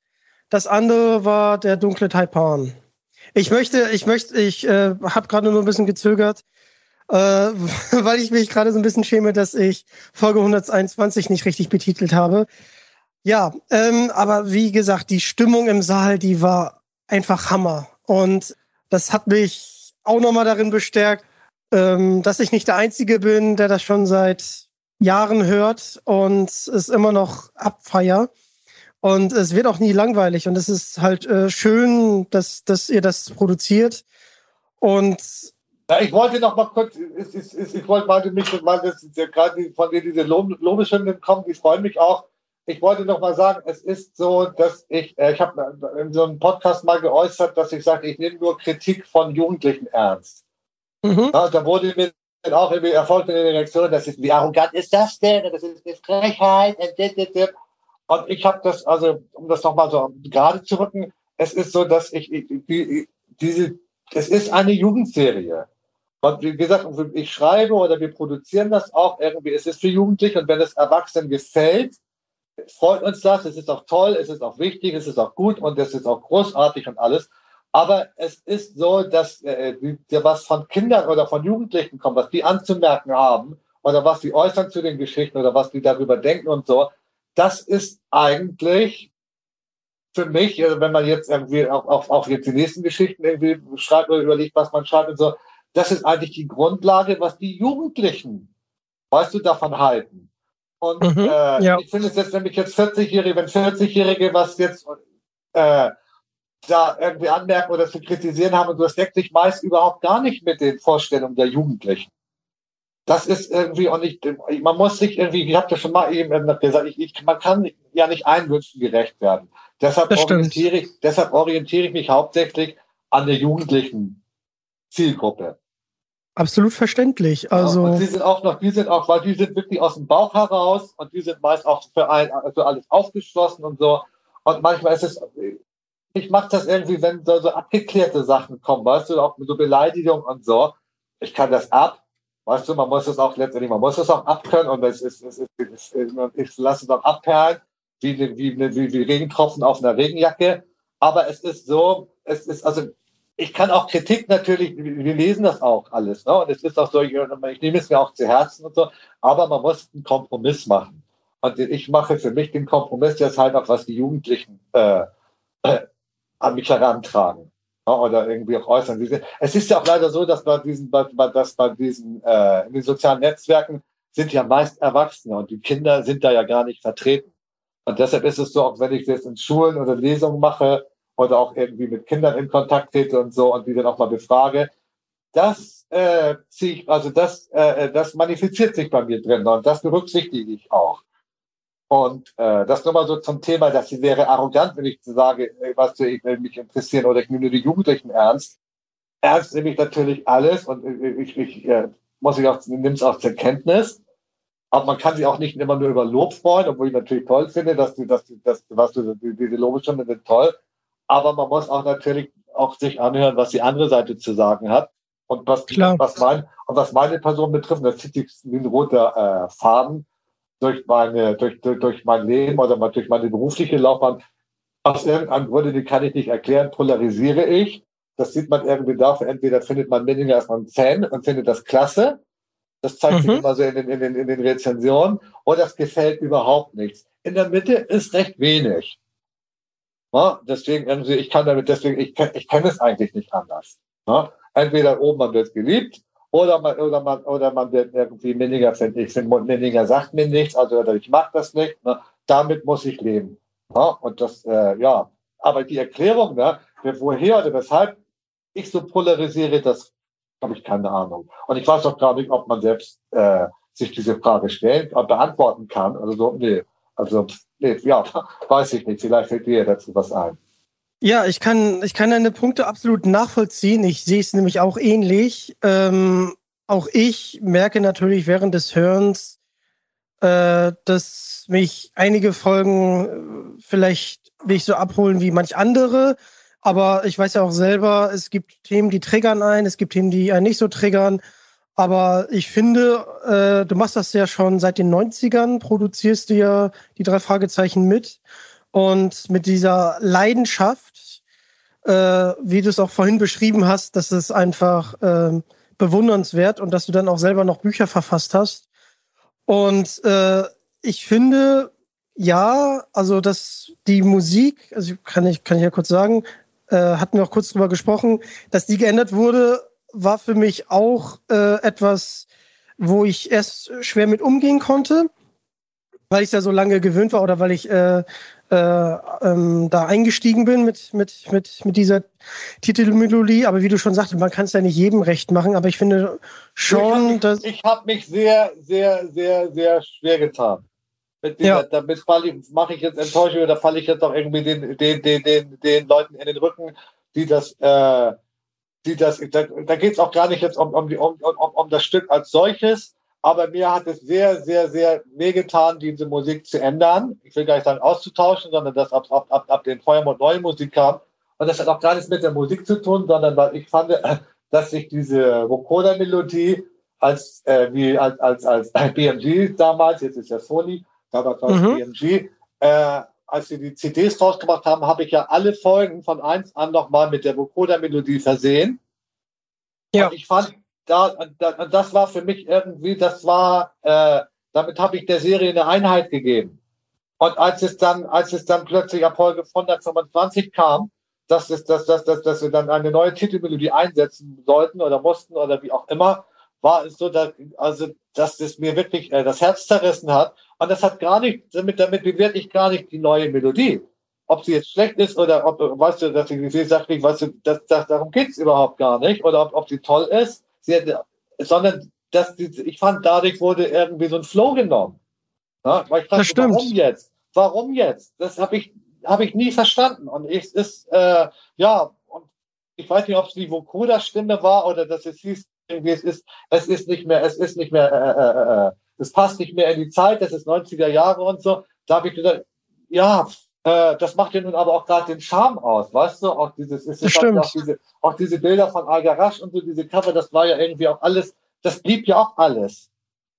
das andere war der dunkle Taipan. Ich möchte, ich möchte, ich äh, habe gerade nur ein bisschen gezögert. äh, weil ich mich gerade so ein bisschen schäme, dass ich Folge hunderteinundzwanzig nicht richtig betitelt habe. Ja, ähm, aber wie gesagt, die Stimmung im Saal, die war einfach Hammer. Und das hat mich auch nochmal darin bestärkt, ähm, dass ich nicht der Einzige bin, der das schon seit Jahren hört und es immer noch abfeiert. Und es wird auch nie langweilig. Und es ist halt äh, schön, dass, dass ihr das produziert. Und ja, ich wollte noch mal kurz, ich, ich, ich, ich wollte mal mich, weil das ja gerade von dir diese Lobeshymnen kommen, die freuen mich auch. Ich wollte noch mal sagen, es ist so, dass ich, äh, ich habe in so einem Podcast mal geäußert, dass ich sage, ich nehme nur Kritik von Jugendlichen ernst. Mhm. Ja, da wurde mir dann auch irgendwie erfolgt in der Reaktion, das ist, wie arrogant ist das denn? Das ist eine Frechheit. Und ich habe das, also um das noch mal so gerade zu rücken, es ist so, dass ich, ich diese, es ist eine Jugendserie. Und wie gesagt, ich schreibe oder wir produzieren das auch irgendwie. Es ist für Jugendliche und wenn es Erwachsenen gefällt, freut uns das. Es ist auch toll, es ist auch wichtig, es ist auch gut und es ist auch großartig und alles. Aber es ist so, dass äh, was von Kindern oder von Jugendlichen kommt, was die anzumerken haben oder was sie äußern zu den Geschichten oder was die darüber denken und so, das ist eigentlich für mich, also wenn man jetzt irgendwie auch, auch, auch jetzt die nächsten Geschichten irgendwie schreibt oder überlegt, was man schreibt und so, das ist eigentlich die Grundlage, was die Jugendlichen, weißt du, davon halten. Und mhm, äh, ja. Ich finde es jetzt, wenn ich jetzt vierzig-Jährige, wenn vierzig-Jährige was jetzt äh, da irgendwie anmerken oder zu kritisieren haben, und das deckt sich meist überhaupt gar nicht mit den Vorstellungen der Jugendlichen. Das ist irgendwie auch nicht, man muss sich irgendwie, ich habe das schon mal eben gesagt, ich, ich, man kann ja nicht allen Wünschen gerecht werden. Deshalb orientiere, ich, deshalb orientiere ich mich hauptsächlich an der jugendlichen Zielgruppe. Absolut verständlich. Also ja, und die sind auch noch, die sind auch, weil die sind wirklich aus dem Bauch heraus und die sind meist auch für, ein, für alles aufgeschlossen und so. Und manchmal ist es, ich mache das irgendwie, wenn so, so abgeklärte Sachen kommen, weißt du, auch so Beleidigung und so. Ich kann das ab. Weißt du, man muss es auch letztendlich, man muss es auch abkönnen und es ist, es ist, es ist, ich lasse es auch abperlen, wie, wie, wie, wie Regentropfen auf einer Regenjacke. Aber es ist so, es ist, also, ich kann auch Kritik natürlich, wir lesen das auch alles, ne? Und es ist auch so, ich, ich nehme es mir auch zu Herzen und so, aber man muss einen Kompromiss machen. Und ich mache für mich den Kompromiss jetzt halt auch, was die Jugendlichen äh, äh, an mich herantragen. Oder irgendwie auch äußern. Es ist ja auch leider so, dass bei diesen, bei, dass bei diesen äh, in den sozialen Netzwerken sind ja meist Erwachsene und die Kinder sind da ja gar nicht vertreten. Und deshalb ist es so, auch wenn ich das in Schulen oder Lesungen mache oder auch irgendwie mit Kindern in Kontakt trete und so und die dann auch mal befrage, das äh, ziehe ich, also das, äh, das manifestiert sich bei mir drin und das berücksichtige ich auch. Und äh, das nochmal so zum Thema, dass sie wäre arrogant, wenn ich sage, was ich will mich interessieren oder ich nehme nur die Jugendlichen ernst. Ernst nehme ich natürlich alles und ich, ich äh, muss ich auch, nehme es auch zur Kenntnis. Aber man kann sich auch nicht immer nur über Lob freuen, obwohl ich natürlich toll finde, dass du, dass du, dass, was du, diese Lobeshymnen sind toll. Aber man muss auch natürlich auch sich anhören, was die andere Seite zu sagen hat. Und was, was mein, und was meine Person betrifft, das zieht sich wie ein roter äh, Faden durch meine, durch, durch, durch mein Leben oder durch meine berufliche Laufbahn. Aus irgendeinem Grunde, die kann ich nicht erklären, polarisiere ich. Das sieht man irgendwie dafür. Entweder findet man Menninger erstmal einen Fan und findet das klasse. Das zeigt mhm. sich immer so in den, in, den, in den Rezensionen. Oder es gefällt überhaupt nichts. In der Mitte ist recht wenig. Ja, deswegen, irgendwie, ich kann damit, deswegen, ich, ich kenne es eigentlich nicht anders. Ja, entweder oben man wird geliebt, Oder man, oder man, oder man wird irgendwie Menninger, finde ich, finde, Menninger sagt mir nichts, also oder ich mache das nicht. Ne? Damit muss ich leben. Ja? Und das, äh, ja. Aber die Erklärung, ne, woher oder weshalb ich so polarisiere, das habe ich keine Ahnung. Und ich weiß auch gar nicht, ob man selbst äh, sich diese Frage stellen und beantworten kann. Also so, nee. Also, nee, ja, weiß ich nicht. Vielleicht fällt dir dazu was ein. Ja, ich kann, ich kann deine Punkte absolut nachvollziehen. Ich sehe es nämlich auch ähnlich. Ähm, auch ich merke natürlich während des Hörens, äh, dass mich einige Folgen vielleicht nicht so abholen wie manch andere. Aber ich weiß ja auch selber, es gibt Themen, die triggern einen, es gibt Themen, die einen nicht so triggern. Aber ich finde, äh, du machst das ja schon seit den neunzigern, produzierst du ja die drei Fragezeichen mit. Und mit dieser Leidenschaft, äh, wie du es auch vorhin beschrieben hast, dass es einfach äh, bewundernswert und dass du dann auch selber noch Bücher verfasst hast. Und äh, ich finde, ja, also dass die Musik, also kann ich, kann ich ja kurz sagen, äh, hatten wir auch kurz drüber gesprochen, dass die geändert wurde, war für mich auch äh, etwas, wo ich erst schwer mit umgehen konnte, weil ich ja so lange gewöhnt war oder weil ich äh, äh, ähm, da eingestiegen bin mit, mit, mit, mit dieser Titelmelodie. Aber wie du schon sagtest, man kann es ja nicht jedem recht machen, aber ich finde schon, ich dass... Ich habe mich sehr, sehr, sehr, sehr schwer getan. Mit dieser, Ja. Damit mache ich jetzt Enttäuschung oder falle ich jetzt auch irgendwie den, den, den, den, den Leuten in den Rücken, die das, äh, die das, da, da geht es auch gar nicht jetzt um, um, die, um, um, um das Stück als solches, aber mir hat es sehr, sehr, sehr wehgetan, diese Musik zu ändern. Ich will gar nicht sagen auszutauschen, sondern dass ab, ab, ab, ab den Feuermond neue Musik kam. Und das hat auch gar nichts mit der Musik zu tun, sondern weil ich fand, dass sich diese Vocoder-Melodie als, äh, wie, als, als, als B M G damals, jetzt ist ja Sony, damals war es Mhm. B M G, äh, als sie die C Ds rausgemacht haben, habe ich ja alle Folgen von eins an nochmal mit der Vocoder-Melodie versehen. Ja. Und ich fand, da, da, das war für mich irgendwie, das war, äh, damit habe ich der Serie eine Einheit gegeben. Und als es dann, als es dann plötzlich ab Folge hundertfünfundzwanzig kam, dass, es, dass, dass, dass, dass wir dann eine neue Titelmelodie einsetzen sollten oder mussten oder wie auch immer, war es so, dass, also, dass es mir wirklich äh, das Herz zerrissen hat. Und das hat gar nicht, damit, damit bewerte ich gar nicht die neue Melodie. Ob sie jetzt schlecht ist oder ob, weißt du, dass ich sie sage, weißt du, das, das, darum geht es überhaupt gar nicht. Oder ob, ob sie toll ist, sie hätte, sondern dass die, ich fand, dadurch wurde irgendwie so ein Flow genommen. Ja, weil ich dachte, Das stimmt. warum jetzt? Warum jetzt? Das habe ich, hab ich nie verstanden. Und es ist, äh, ja, und ich weiß nicht, ob es die Vocoder-Stimme war oder dass es hieß, irgendwie, es ist, es ist nicht mehr, es ist nicht mehr, äh, äh, äh, es passt nicht mehr in die Zeit, das ist neunziger Jahre und so. Da habe ich gesagt, ja, äh, das macht ja nun aber auch gerade den Charme aus, weißt du? Auch dieses, es Das ist stimmt. auch diese, auch diese Bilder von Algarasch und so, diese Cover, das war ja irgendwie auch alles, das blieb ja auch alles.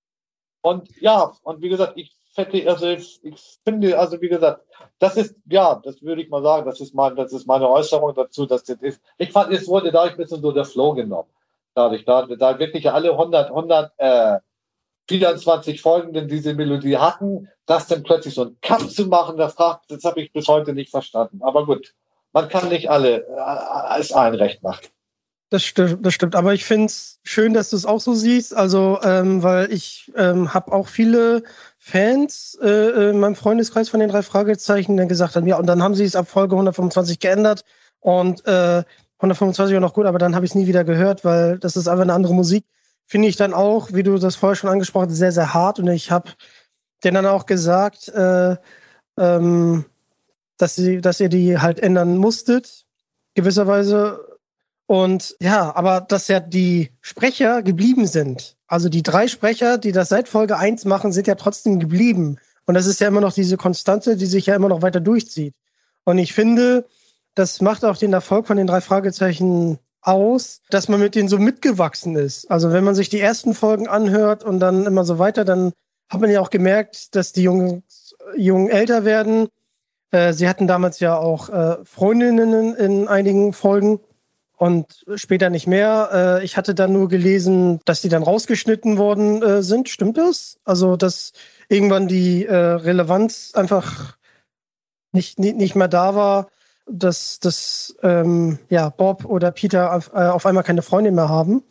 Und ja, und wie gesagt, ich fette, also ich, ich finde, also wie gesagt, das ist, ja, das würde ich mal sagen, das ist mein, das ist meine Äußerung dazu, dass das ist. Ich fand, es wurde dadurch ein bisschen so der Flow genommen. Dadurch, da, da wirklich alle hundert, hundert, äh, vierundzwanzig Folgen, denn diese Melodie hatten, das dann plötzlich so ein Cut zu machen, das, das habe ich bis heute nicht verstanden. Aber gut, man kann nicht alle äh, es allen recht machen. Das stimmt, das stimmt. Aber ich finde es schön, dass du es auch so siehst. Also, ähm, weil ich ähm, habe auch viele Fans äh, in meinem Freundeskreis von den drei Fragezeichen, die gesagt haben, ja, und dann haben sie es ab Folge hundertfünfundzwanzig geändert und äh, hundertfünfundzwanzig war noch gut, aber dann habe ich es nie wieder gehört, weil das ist einfach eine andere Musik. Finde ich dann auch, wie du das vorher schon angesprochen hast, sehr, sehr hart. Und ich habe denen dann auch gesagt, äh, ähm, dass, sie, dass ihr die halt ändern musstet, gewisserweise. Und ja, aber dass ja die Sprecher geblieben sind. Also die drei Sprecher, die das seit Folge eins machen, sind ja trotzdem geblieben. Und das ist ja immer noch diese Konstante, die sich ja immer noch weiter durchzieht. Und ich finde, das macht auch den Erfolg von den drei Fragezeichen aus, dass man mit denen so mitgewachsen ist. Also wenn man sich die ersten Folgen anhört und dann immer so weiter, dann hat man ja auch gemerkt, dass die Jungen, Jungen älter werden. Äh, sie hatten damals ja auch äh, Freundinnen in einigen Folgen und später nicht mehr. Äh, ich hatte dann nur gelesen, dass die dann rausgeschnitten worden äh, sind. Stimmt das? Also dass irgendwann die äh, Relevanz einfach nicht, nicht, nicht mehr da war, dass, dass ähm, ja, Bob oder Peter auf, äh, auf einmal keine Freundin mehr haben.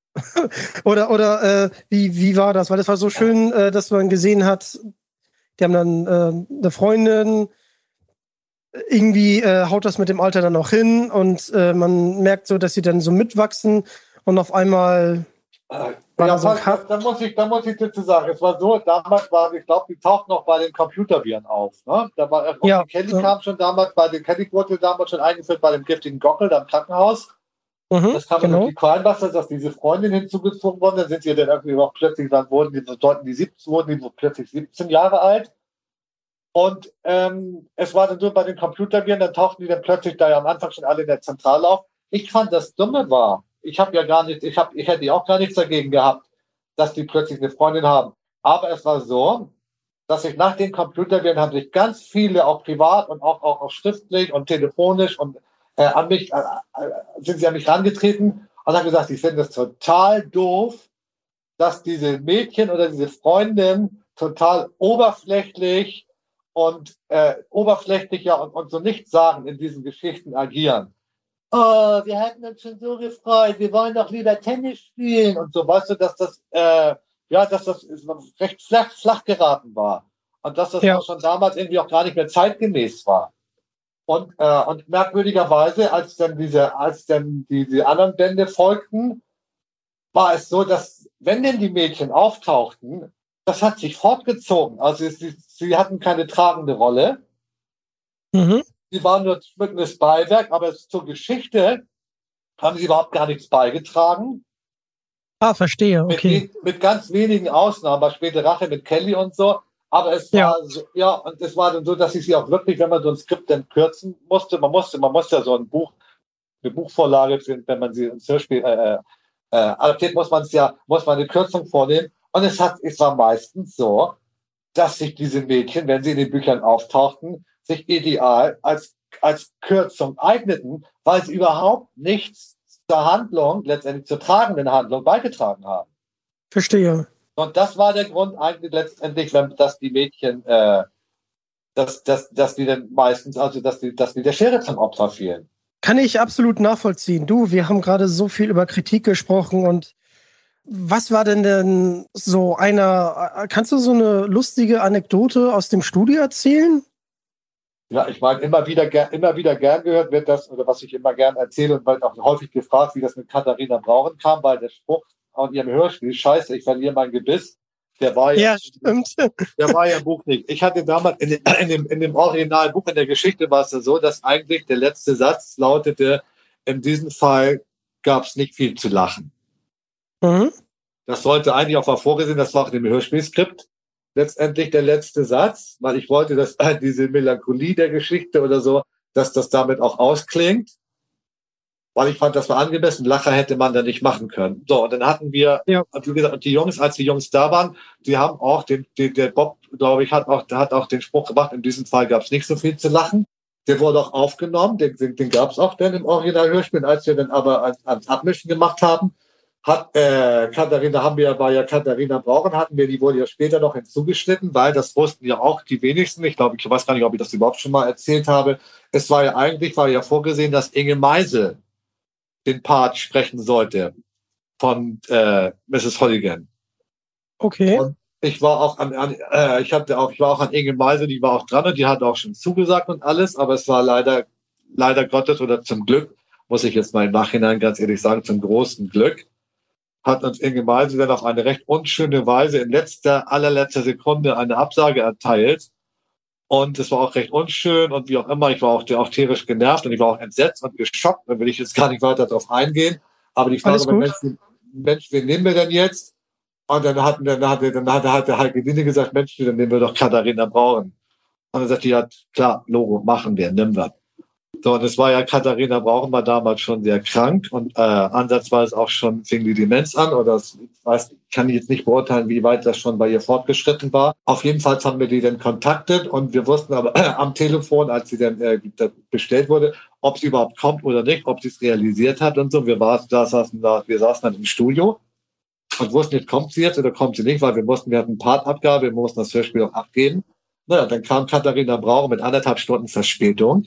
oder oder äh, wie, wie war das? Weil das war so schön, äh, dass man gesehen hat, die haben dann äh, eine Freundin, irgendwie äh, haut das mit dem Alter dann auch hin und äh, man merkt so, dass sie dann so mitwachsen und auf einmal war Ja, da so ein da, Cut. da muss ich, da muss ich dazu sagen, es war so, damals war, ich glaube, die taucht noch bei den Computerviren auf. Ne? Da war, Ja, die Kelly ja. kam schon damals, bei den Kelly wurde damals schon eingeführt bei dem giftigen Gockel, da im Krankenhaus. Mhm, Das kam genau. durch die Crimebuster, dass diese Freundin hinzugezogen wurde, dann sind sie dann irgendwie auch plötzlich, dann wurden die, sollten die siebzehn, wurden die plötzlich siebzehn Jahre alt. Und ähm, es war dann so bei den Computerviren, dann tauchten die dann plötzlich da ja am Anfang schon alle in der Zentrale auf. Ich fand, das Dumme war, ich habe ja gar nicht, ich, hab, ich hätte ja auch gar nichts dagegen gehabt, dass die plötzlich eine Freundin haben. Aber es war so, dass sich nach den Computerviren haben sich ganz viele, auch privat und auch, auch, auch schriftlich und telefonisch und äh, an mich, äh, sind sie an mich herangetreten und hat gesagt, ich finde es total doof, dass diese Mädchen oder diese Freundin total oberflächlich und äh, oberflächlicher und, und so nichts sagen in diesen Geschichten agieren. Oh, wir hatten uns schon so gefreut, wir wollen doch lieber Tennis spielen und so, weißt du, dass das, äh, ja, dass das recht flach, flach geraten war und dass das ja. auch schon damals irgendwie auch gar nicht mehr zeitgemäß war. Und, äh, und merkwürdigerweise, als dann diese, als dann diese anderen Bände folgten, war es so, dass, wenn denn die Mädchen auftauchten, das hat sich fortgezogen. Also sie, sie hatten keine tragende Rolle. Mhm. Sie waren nur schmückendes Beiwerk, aber zur Geschichte haben sie überhaupt gar nichts beigetragen. Ah, verstehe, okay. Mit, mit ganz wenigen Ausnahmen, bei später Rache mit Kelly und so. Aber es war, ja. So, ja, und es war dann so, dass ich sie auch wirklich, wenn man so ein Skript dann kürzen musste, man musste, man musste ja so ein Buch, eine Buchvorlage, wenn man sie ins Hörspiel äh, äh, adaptiert, muss man es ja, muss man eine Kürzung vornehmen. Und es hat, es war meistens so, dass sich diese Mädchen, wenn sie in den Büchern auftauchten, sich ideal als, als Kürzung eigneten, weil sie überhaupt nichts zur Handlung, letztendlich zur tragenden Handlung beigetragen haben. Verstehe. Und das war der Grund eigentlich letztendlich, dass die Mädchen, äh, dass, dass, dass die dann meistens, also dass die, dass die der Schere zum Opfer fielen. Kann ich absolut nachvollziehen. Du, wir haben gerade so viel über Kritik gesprochen und was war denn denn so einer, kannst du so eine lustige Anekdote aus dem Studio erzählen? Ja, ich meine, immer wieder, immer wieder gern gehört wird das, oder was ich immer gern erzähle und wird auch häufig gefragt, wie das mit Katharina Brauchen kam, weil der Spruch an ihrem Hörspiel, Scheiße, ich verliere mein Gebiss, der war ja, ja stimmt. Der war ja im Buch nicht. Ich hatte damals, in, den, in, dem, in dem Originalbuch, in der Geschichte war es ja so, dass eigentlich der letzte Satz lautete, in diesem Fall gab es nicht viel zu lachen. Mhm. Das sollte eigentlich auch mal vorgesehen, das war auch in dem Hörspielskript letztendlich der letzte Satz, weil ich wollte, dass äh, diese Melancholie der Geschichte oder so, dass das damit auch ausklingt, weil ich fand, das war angemessen. Lacher hätte man da nicht machen können. So, und dann hatten wir, ja. wie gesagt, und die Jungs, als die Jungs da waren, die haben auch, den, den, der Bob, glaube ich, hat auch, hat auch den Spruch gemacht, in diesem Fall gab es nicht so viel zu lachen. Der wurde auch aufgenommen, den, den, den gab es auch dann im Original-Hörspiel. Als wir dann aber ans, ans Abmischen gemacht haben, hat äh, Katharina, haben wir, war ja Katharina Brauchen, hatten wir, die wurde ja später noch hinzugeschnitten, weil das wussten ja auch die wenigsten. Ich glaube, ich weiß gar nicht, ob ich das überhaupt schon mal erzählt habe. Es war ja eigentlich, war ja vorgesehen, dass Inge Meisel den Part sprechen sollte von äh, Misses Holligan. Okay. Und ich war auch an, an äh, ich hatte auch, ich war auch an Inge Meisel, die war auch dran und die hat auch schon zugesagt und alles, aber es war leider, leider Gottes oder zum Glück, muss ich jetzt mal im Nachhinein ganz ehrlich sagen, zum großen Glück, hat uns Inge Meisel dann auf eine recht unschöne Weise in letzter, allerletzter Sekunde eine Absage erteilt. Und es war auch recht unschön und wie auch immer, ich war auch, auch tierisch genervt und ich war auch entsetzt und geschockt. Da will ich jetzt gar nicht weiter darauf eingehen. Aber die Frage war, Mensch, Mensch, wen nehmen wir denn jetzt? Und dann hatten, dann hatte, dann hatte, hat der Heike Dine gesagt, Mensch, dann nehmen wir doch Katharina Brauchen. Und dann sagte die, ja, klar, Logo, machen wir, nehmen wir. So, und es war ja, Katharina Brauchen war damals schon sehr krank und äh, ansatzweise auch schon fing die Demenz an oder das weiß, kann ich jetzt nicht beurteilen, wie weit das schon bei ihr fortgeschritten war. Auf jeden Fall haben wir die dann kontaktet und wir wussten aber äh, am Telefon, als sie dann äh, bestellt wurde, ob sie überhaupt kommt oder nicht, ob sie es realisiert hat und so. Wir, war, da saßen, da, wir saßen dann im Studio und wussten nicht, kommt sie jetzt oder kommt sie nicht, weil wir mussten, wir hatten Partabgabe, wir mussten das Hörspiel auch abgeben. Naja, dann kam Katharina Brauchen mit anderthalb Stunden Verspätung.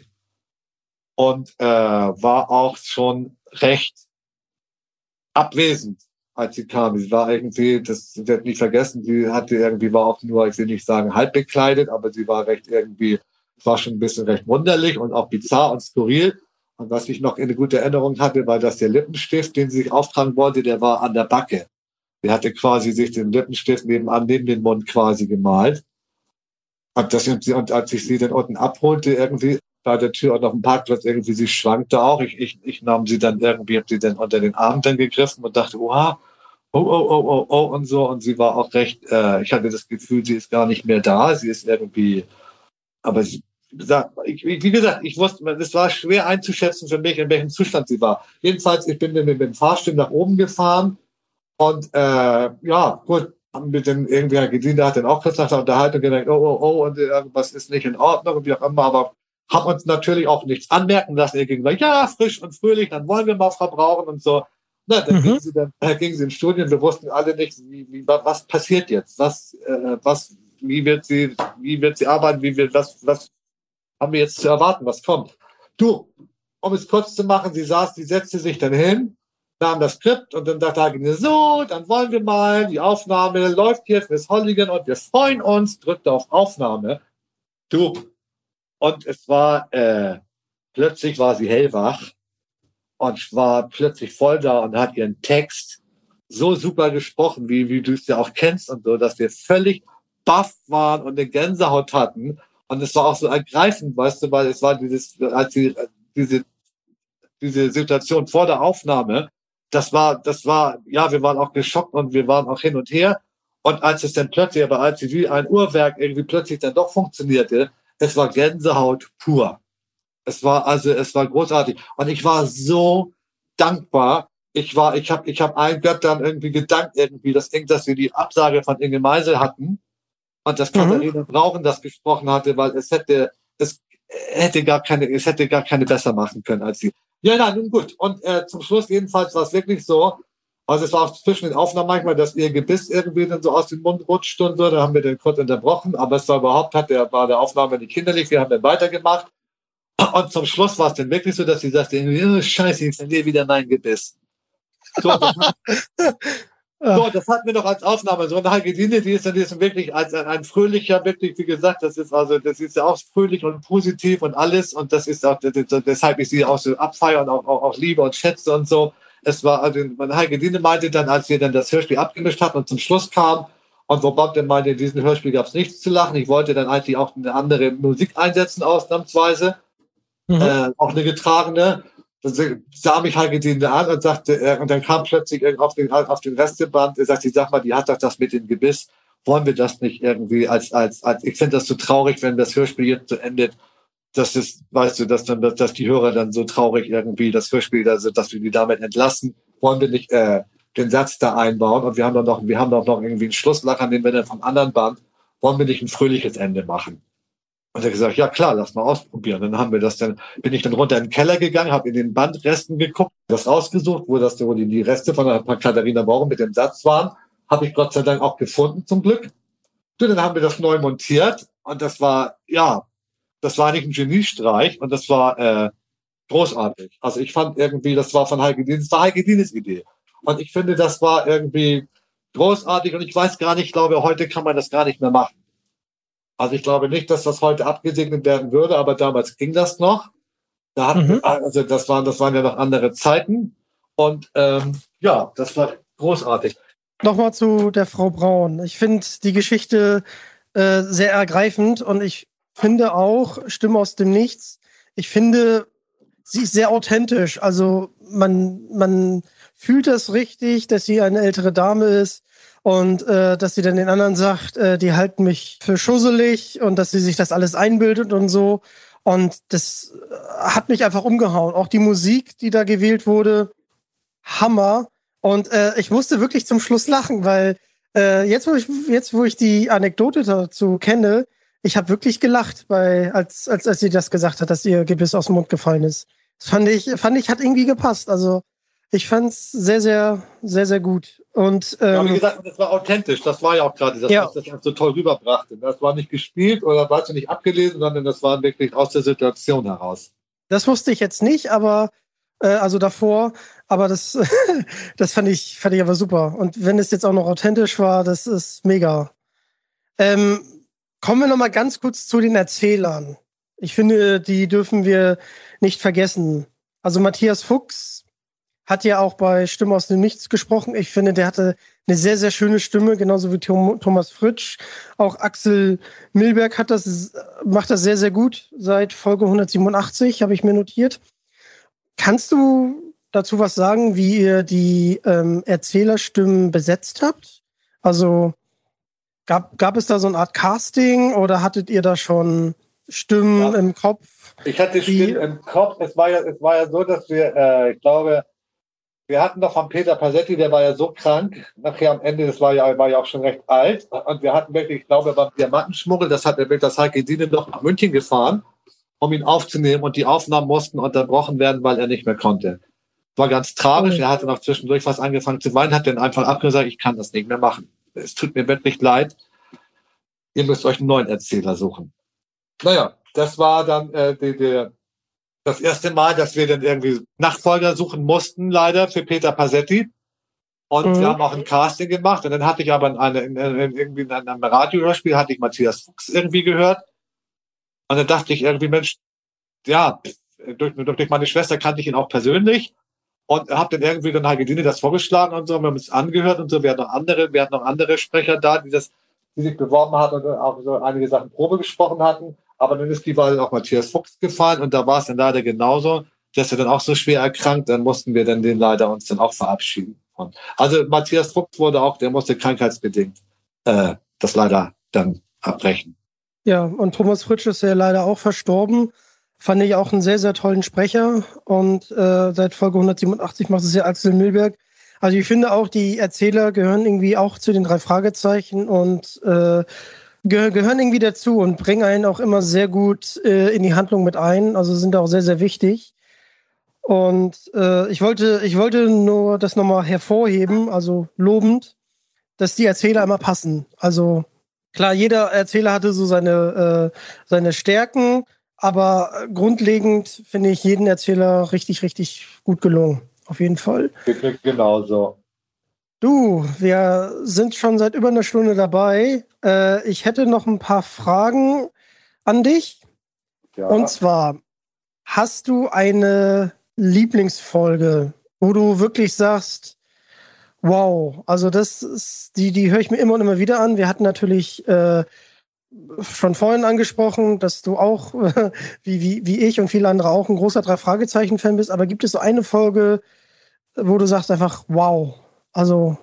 Und äh, war auch schon recht abwesend, als sie kam. Sie war irgendwie, das wird nicht vergessen, sie hatte irgendwie, war auch nur, ich will nicht sagen halb bekleidet, aber sie war recht irgendwie, war schon ein bisschen recht wunderlich und auch bizarr und skurril. Und was ich noch in eine gute Erinnerung hatte, war, dass der Lippenstift, den sie sich auftragen wollte, der war an der Backe. Sie hatte quasi sich den Lippenstift nebenan, neben den Mund quasi gemalt. Und, das, und als ich sie dann unten abholte, irgendwie, bei der Tür und auf dem Parkplatz irgendwie, sie schwankte auch. Ich, ich, ich nahm sie dann irgendwie, hab sie dann unter den Arm dann gegriffen und dachte, oha, oh, oh, oh, oh, oh und so. Und sie war auch recht, äh, ich hatte das Gefühl, sie ist gar nicht mehr da. Sie ist irgendwie, aber sie, wie gesagt, ich, wie gesagt, ich wusste, es war schwer einzuschätzen für mich, in welchem Zustand sie war. Jedenfalls, ich bin dann mit dem Fahrstuhl nach oben gefahren und äh, ja, gut, haben wir dann irgendwie gesehen, da hat dann auch kurz nach der Unterhaltung gedacht, oh, oh, oh, und irgendwas ist nicht in Ordnung und wie auch immer, aber haben uns natürlich auch nichts anmerken lassen. Er ging, ja, frisch und fröhlich, dann wollen wir mal verbrauchen und so. Na, dann, Mhm. gingen sie dann äh, gingen sie ins Studio und wir wussten alle nicht, wie, wie, wa- was passiert jetzt, was, äh, was, wie wird sie, wie wird sie arbeiten, wie wird, was, was haben wir jetzt zu erwarten, was kommt. Du, um es kurz zu machen, sie saß, sie setzte sich dann hin, nahm das Skript und dann dachte ich, so, dann wollen wir mal, die Aufnahme läuft jetzt, Miss Holligan und wir freuen uns, drückte auf Aufnahme. Du, und es war, äh, plötzlich war sie hellwach und war plötzlich voll da und hat ihren Text so super gesprochen, wie, wie du es ja auch kennst und so, dass wir völlig baff waren und eine Gänsehaut hatten. Und es war auch so ergreifend, weißt du, weil es war dieses, als sie, diese, diese Situation vor der Aufnahme, das war, das war, ja, wir waren auch geschockt und wir waren auch hin und her. Und als es dann plötzlich, aber als sie wie ein Uhrwerk irgendwie plötzlich dann doch funktionierte, es war Gänsehaut pur. Es war also, es war großartig. Und ich war so dankbar. Ich war, ich habe, ich habe allen Göttern irgendwie gedankt irgendwie, das Ding, dass wir die Absage von Inge Meisel hatten und dass Katharina mhm. Brauchen das gesprochen hatte, weil es hätte, es hätte gar keine, es hätte gar keine besser machen können als sie. Ja, nein, nun gut. Und äh, zum Schluss jedenfalls war es wirklich so. Also es war auch zwischen den Aufnahmen manchmal, dass ihr Gebiss irgendwie dann so aus dem Mund rutscht und so. Da haben wir den kurz unterbrochen. Aber es war überhaupt, hat der, war der Aufnahme nicht kinderlich. Wir haben dann weitergemacht. Und zum Schluss war es dann wirklich so, dass sie sagte, oh, scheiße, ich verliere wieder mein Gebiss. So, das, hat, so, das hatten wir doch als Aufnahme. So eine Hagedine, die ist dann die ist wirklich als ein, ein fröhlicher, wirklich, wie gesagt, das ist also, das ist ja auch fröhlich und positiv und alles. Und das ist auch, das, das, deshalb ich sie auch so abfeiere und auch, auch, auch liebe und schätze und so. Es war, also, meine Hagedine meinte dann, als wir dann das Hörspiel abgemischt hatten und zum Schluss kam, und wo Bob dann meinte, in diesem Hörspiel gab es nichts zu lachen. Ich wollte dann eigentlich auch eine andere Musik einsetzen, ausnahmsweise. Mhm. Äh, auch eine getragene. Dann sah mich Hagedine an und sagte, äh, und dann kam plötzlich auf den, auf den Resteband, er sagte, sag mal, die hat doch das mit dem Gebiss. Wollen wir das nicht irgendwie als, als, als, ich finde das so traurig, wenn das Hörspiel jetzt so endet, dass es, weißt du, dass dann, dass, dass die Hörer dann so traurig irgendwie das Hörspiel, also, dass wir die damit entlassen. Wollen wir nicht, äh, den Satz da einbauen und wir haben dann noch, wir haben doch noch irgendwie einen Schlusslacher, den wir dann vom anderen Band, wollen wir nicht ein fröhliches Ende machen? Und er hat gesagt, ja klar, lass mal ausprobieren. Dann haben wir das dann, bin ich dann runter in den Keller gegangen, habe in den Bandresten geguckt, das rausgesucht, wo das, wo die, die Reste von der Katharina Bauer mit dem Satz waren, habe ich Gott sei Dank auch gefunden, zum Glück. Und dann haben wir das neu montiert und das war, ja, das war nicht ein Geniestreich und das war äh, großartig. Also ich fand irgendwie, das war von Hagedine, das war Hagedines Idee. Und ich finde, das war irgendwie großartig und ich weiß gar nicht, ich glaube, heute kann man das gar nicht mehr machen. Also ich glaube nicht, dass das heute abgesegnet werden würde, aber damals ging das noch. Da hatten, mhm. also das waren, das waren ja noch andere Zeiten. Und ähm, ja, das war großartig. Nochmal zu der Frau Braun. Ich finde die Geschichte äh, sehr ergreifend und ich finde auch, Stimme aus dem Nichts, ich finde, sie ist sehr authentisch. Also man, man fühlt das richtig, dass sie eine ältere Dame ist. Und äh, dass sie dann den anderen sagt, äh, die halten mich für schusselig und dass sie sich das alles einbildet und so. Und das hat mich einfach umgehauen. Auch die Musik, die da gewählt wurde, Hammer. Und äh, ich musste wirklich zum Schluss lachen, weil äh, jetzt, wo ich, jetzt, wo ich die Anekdote dazu kenne, ich habe wirklich gelacht, bei, als, als, als sie das gesagt hat, dass ihr Gebiss aus dem Mund gefallen ist. Das fand ich, fand ich, hat irgendwie gepasst. Also ich fand's sehr, sehr, sehr, sehr gut. Und, ähm, ja, wie gesagt, das war authentisch. Das war ja auch gerade, dass ja. das das so toll rüberbrachte. Das war nicht gespielt oder war nicht abgelesen, sondern das war wirklich aus der Situation heraus. Das wusste ich jetzt nicht, aber äh, also davor, aber das, das fand ich, fand ich aber super. Und wenn es jetzt auch noch authentisch war, das ist mega. Ähm, kommen wir noch mal ganz kurz zu den Erzählern. Ich finde, die dürfen wir nicht vergessen. Also Matthias Fuchs hat ja auch bei Stimme aus dem Nichts gesprochen. Ich finde, der hatte eine sehr, sehr schöne Stimme, genauso wie Thomas Fritsch. Auch Axel Milberg hat das, macht das sehr, sehr gut. Seit Folge hundertsiebenundachtzig habe ich mir notiert. Kannst du dazu was sagen, wie ihr die ähm, Erzählerstimmen besetzt habt? Also gab, gab es da so eine Art Casting oder hattet ihr da schon Stimmen ja. im Kopf? Ich hatte Stimmen im Kopf. Es war ja, es war ja so, dass wir, äh, ich glaube, wir hatten doch von Peter Passetti, der war ja so krank, nachher am Ende, das war ja, war ja auch schon recht alt. Und wir hatten wirklich, ich glaube, beim Diamantenschmuggel, das hat er mit das Hagedine noch nach München gefahren, um ihn aufzunehmen. Und die Aufnahmen mussten unterbrochen werden, weil er nicht mehr konnte. War ganz tragisch. Er hatte noch zwischendurch was angefangen zu weinen, hat dann einfach abgesagt, ich kann das nicht mehr machen. Es tut mir wirklich leid. Ihr müsst euch einen neuen Erzähler suchen. Naja, das war dann äh, die, die, das erste Mal, dass wir dann irgendwie Nachfolger suchen mussten, leider, für Peter Pasetti. Und mhm. wir haben auch ein Casting gemacht. Und dann hatte ich aber in, eine, in, in, irgendwie in einem Radiohörspiel, hatte ich Matthias Fuchs irgendwie gehört. Und dann dachte ich irgendwie, Mensch, ja, durch, durch meine Schwester kannte ich ihn auch persönlich. Und habe dann irgendwie dann Hagedine das vorgeschlagen und so. Wir haben uns angehört und so. Wir hatten noch andere, wir hatten noch andere Sprecher da, die das, die sich beworben hatten und auch so einige Sachen Probe gesprochen hatten. Aber dann ist die Wahl auch Matthias Fuchs gefallen und da war es dann leider genauso, dass er dann auch so schwer erkrankt. Dann mussten wir dann den leider uns dann auch verabschieden. Und also Matthias Fuchs wurde auch, der musste krankheitsbedingt äh, das leider dann abbrechen. Ja, und Thomas Fritsch ist ja leider auch verstorben. Fand ich auch einen sehr, sehr tollen Sprecher. Und äh, seit Folge hundertsiebenundachtzig macht es ja Axel Milberg. Also ich finde auch, die Erzähler gehören irgendwie auch zu den drei Fragezeichen und äh, ge- gehören irgendwie dazu und bringen einen auch immer sehr gut äh, in die Handlung mit ein. Also sind auch sehr, sehr wichtig. Und äh, ich wollte, ich wollte nur das nochmal hervorheben, also lobend, dass die Erzähler immer passen. Also klar, jeder Erzähler hatte so seine, äh, seine Stärken, aber grundlegend finde ich jeden Erzähler richtig, richtig gut gelungen. Auf jeden Fall. Genauso. Du, wir sind schon seit über einer Stunde dabei. Äh, ich hätte noch ein paar Fragen an dich. Ja. Und zwar, hast du eine Lieblingsfolge, wo du wirklich sagst, wow, also das ist, die, die höre ich mir immer und immer wieder an. Wir hatten natürlich äh, schon vorhin angesprochen, dass du auch, äh, wie, wie, wie ich und viele andere auch, ein großer Drei-Fragezeichen-Fan bist, aber gibt es so eine Folge, wo du sagst einfach, wow, also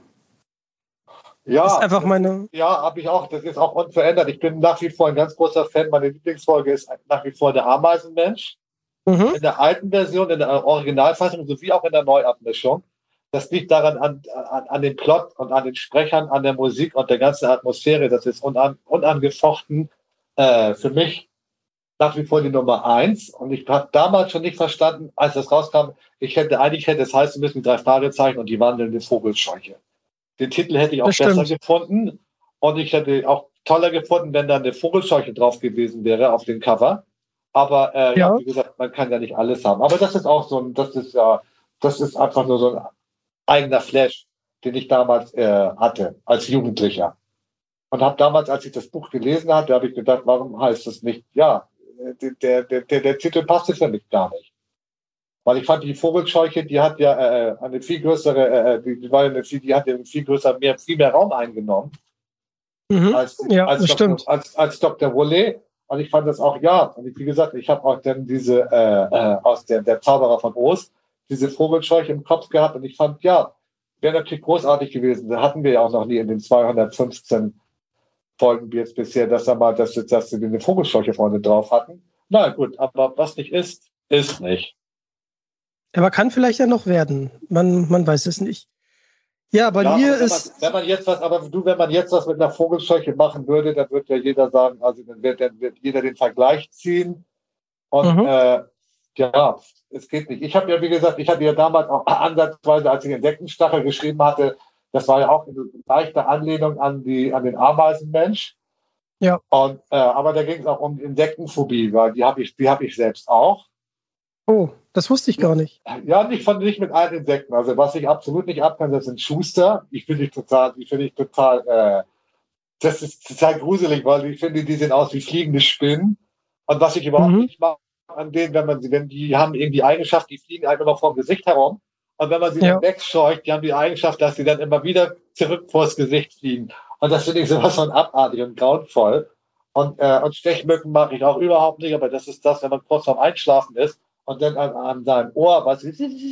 ja, ist einfach meine... Ja, habe ich auch, das ist auch unverändert. Ich bin nach wie vor ein ganz großer Fan. Meine Lieblingsfolge ist nach wie vor der Ameisenmensch. Mhm. In der alten Version, in der Originalfassung, sowie auch in der Neuabmischung. Das liegt daran an, an, an dem Plot und an den Sprechern, an der Musik und der ganzen Atmosphäre. Das ist unan, unangefochten äh, für mich nach wie vor die Nummer eins. Und ich habe damals schon nicht verstanden, als das rauskam, ich hätte eigentlich hätte es heißen müssen, drei Fragezeichen und die wandelnde Vogelscheuche. Den Titel hätte ich auch besser gefunden. Und ich hätte auch toller gefunden, wenn da eine Vogelscheuche drauf gewesen wäre auf dem Cover. Aber äh, ja. Ja, wie gesagt, man kann ja nicht alles haben. Aber das ist auch so ein, das ist ja, das ist einfach nur so ein eigener Flash, den ich damals äh, hatte, als Jugendlicher. Und habe damals, als ich das Buch gelesen hatte, habe ich gedacht, warum heißt das nicht, ja, der, der, der, der Titel passte für mich gar nicht. Weil ich fand, die Vogelscheuche, die hat ja äh, eine viel größere, äh, die, die, war eine viel, die hat ja viel größer, mehr, viel mehr Raum eingenommen. Mhm. Als, ja, als, das Doktor, stimmt. als, als Doktor Woolley. Und ich fand das auch, ja, und ich, wie gesagt, ich habe auch dann diese, äh, äh, aus der, der Zauberer von Oz, diese Vogelscheuche im Kopf gehabt und ich fand, ja, wäre natürlich großartig gewesen. Da hatten wir ja auch noch nie in den zweihundertfünfzehn Folgen jetzt bisher, dass da mal, dass, dass sie eine Vogelscheuche vorne drauf hatten. Na gut, aber was nicht ist, ist nicht. Aber kann vielleicht ja noch werden. Man, man weiß es nicht. Ja, bei ja, mir wenn ist... Man, wenn man jetzt was, aber du, wenn man jetzt was mit einer Vogelscheuche machen würde, dann würde ja jeder sagen, also dann wird, dann wird jeder den Vergleich ziehen. Und mhm. äh, ja, es geht nicht. Ich habe ja, wie gesagt, ich hatte ja damals auch ansatzweise, als ich Insektenstachel geschrieben hatte, das war ja auch eine leichte Anlehnung an, die, an den Ameisenmensch. Ja. Und, äh, aber da ging es auch um Insektenphobie, weil die habe ich, die habe ich selbst auch. Oh, das wusste ich gar nicht. Ja, nicht von nicht mit allen Insekten. Also was ich absolut nicht abkann, das sind Schuster. Ich finde ich total, ich finde ich total, äh, das ist total gruselig, weil ich finde, die sehen aus wie fliegende Spinnen. Und was ich überhaupt mhm. nicht mag an denen, wenn man sie, wenn die haben irgendwie die Eigenschaft, die fliegen einfach immer vor dem Gesicht herum. Und wenn man sie ja. dann wegscheucht, die haben die Eigenschaft, dass sie dann immer wieder zurück vors Gesicht fliegen. Und das finde ich sowas von abartig und grauenvoll. Und, äh, und Stechmücken mag ich auch überhaupt nicht, aber das ist das, wenn man kurz vorm Einschlafen ist und dann an, an seinem Ohr was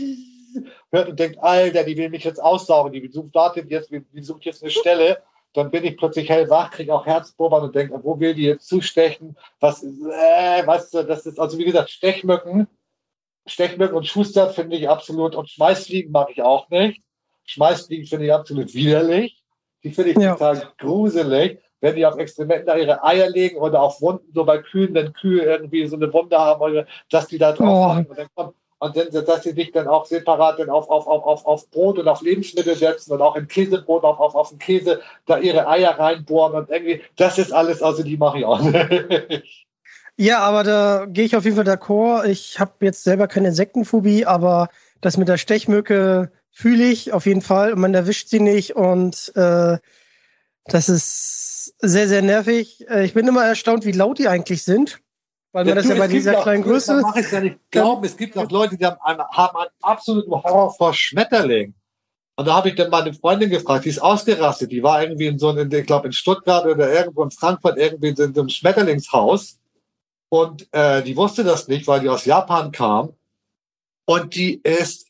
hört und denkt, Alter, die will mich jetzt aussaugen, die sucht, wartet jetzt, die sucht jetzt eine Stelle, dann bin ich plötzlich hellwach, kriege auch Herzpurbern und denke, wo will die jetzt zustechen? Was, äh, weißt du, das ist, also wie gesagt, Stechmücken, Stechmücken und Schuster finde ich absolut, und Schmeißfliegen mag ich auch nicht. Schmeißfliegen finde ich absolut widerlich. Die finde ich ja. total gruselig, wenn die auf Extrementen da ihre Eier legen oder auf Wunden, so bei Kühen, wenn Kühe irgendwie so eine Wunde haben, oder dass die da drauf oh. und dann kommt, und dann, dass sie sich dann auch separat dann auf, auf, auf, auf, auf Brot und auf Lebensmittel setzen und auch in Käsebrot auf, auf, auf den Käse da ihre Eier reinbohren und irgendwie, das ist alles, also die mache ich auch nicht. Ja, aber da gehe ich auf jeden Fall d'accord. Ich habe jetzt selber keine Insektenphobie, aber das mit der Stechmücke fühle ich auf jeden Fall. Man erwischt sie nicht und äh, das ist sehr, sehr nervig. Äh, ich bin immer erstaunt, wie laut die eigentlich sind, weil man ja, das du, ja bei dieser kleinen auch, Größe... Das mache ich ja nicht glauben. Es gibt auch Leute, die haben einen, haben einen absoluten Horror vor Schmetterlingen. Und da habe ich dann meine Freundin gefragt, die ist ausgerastet. Die war irgendwie in so einem, ich glaube in Stuttgart oder irgendwo in Frankfurt, irgendwie in so einem Schmetterlingshaus. Und äh, die wusste das nicht, weil die aus Japan kam. Und die ist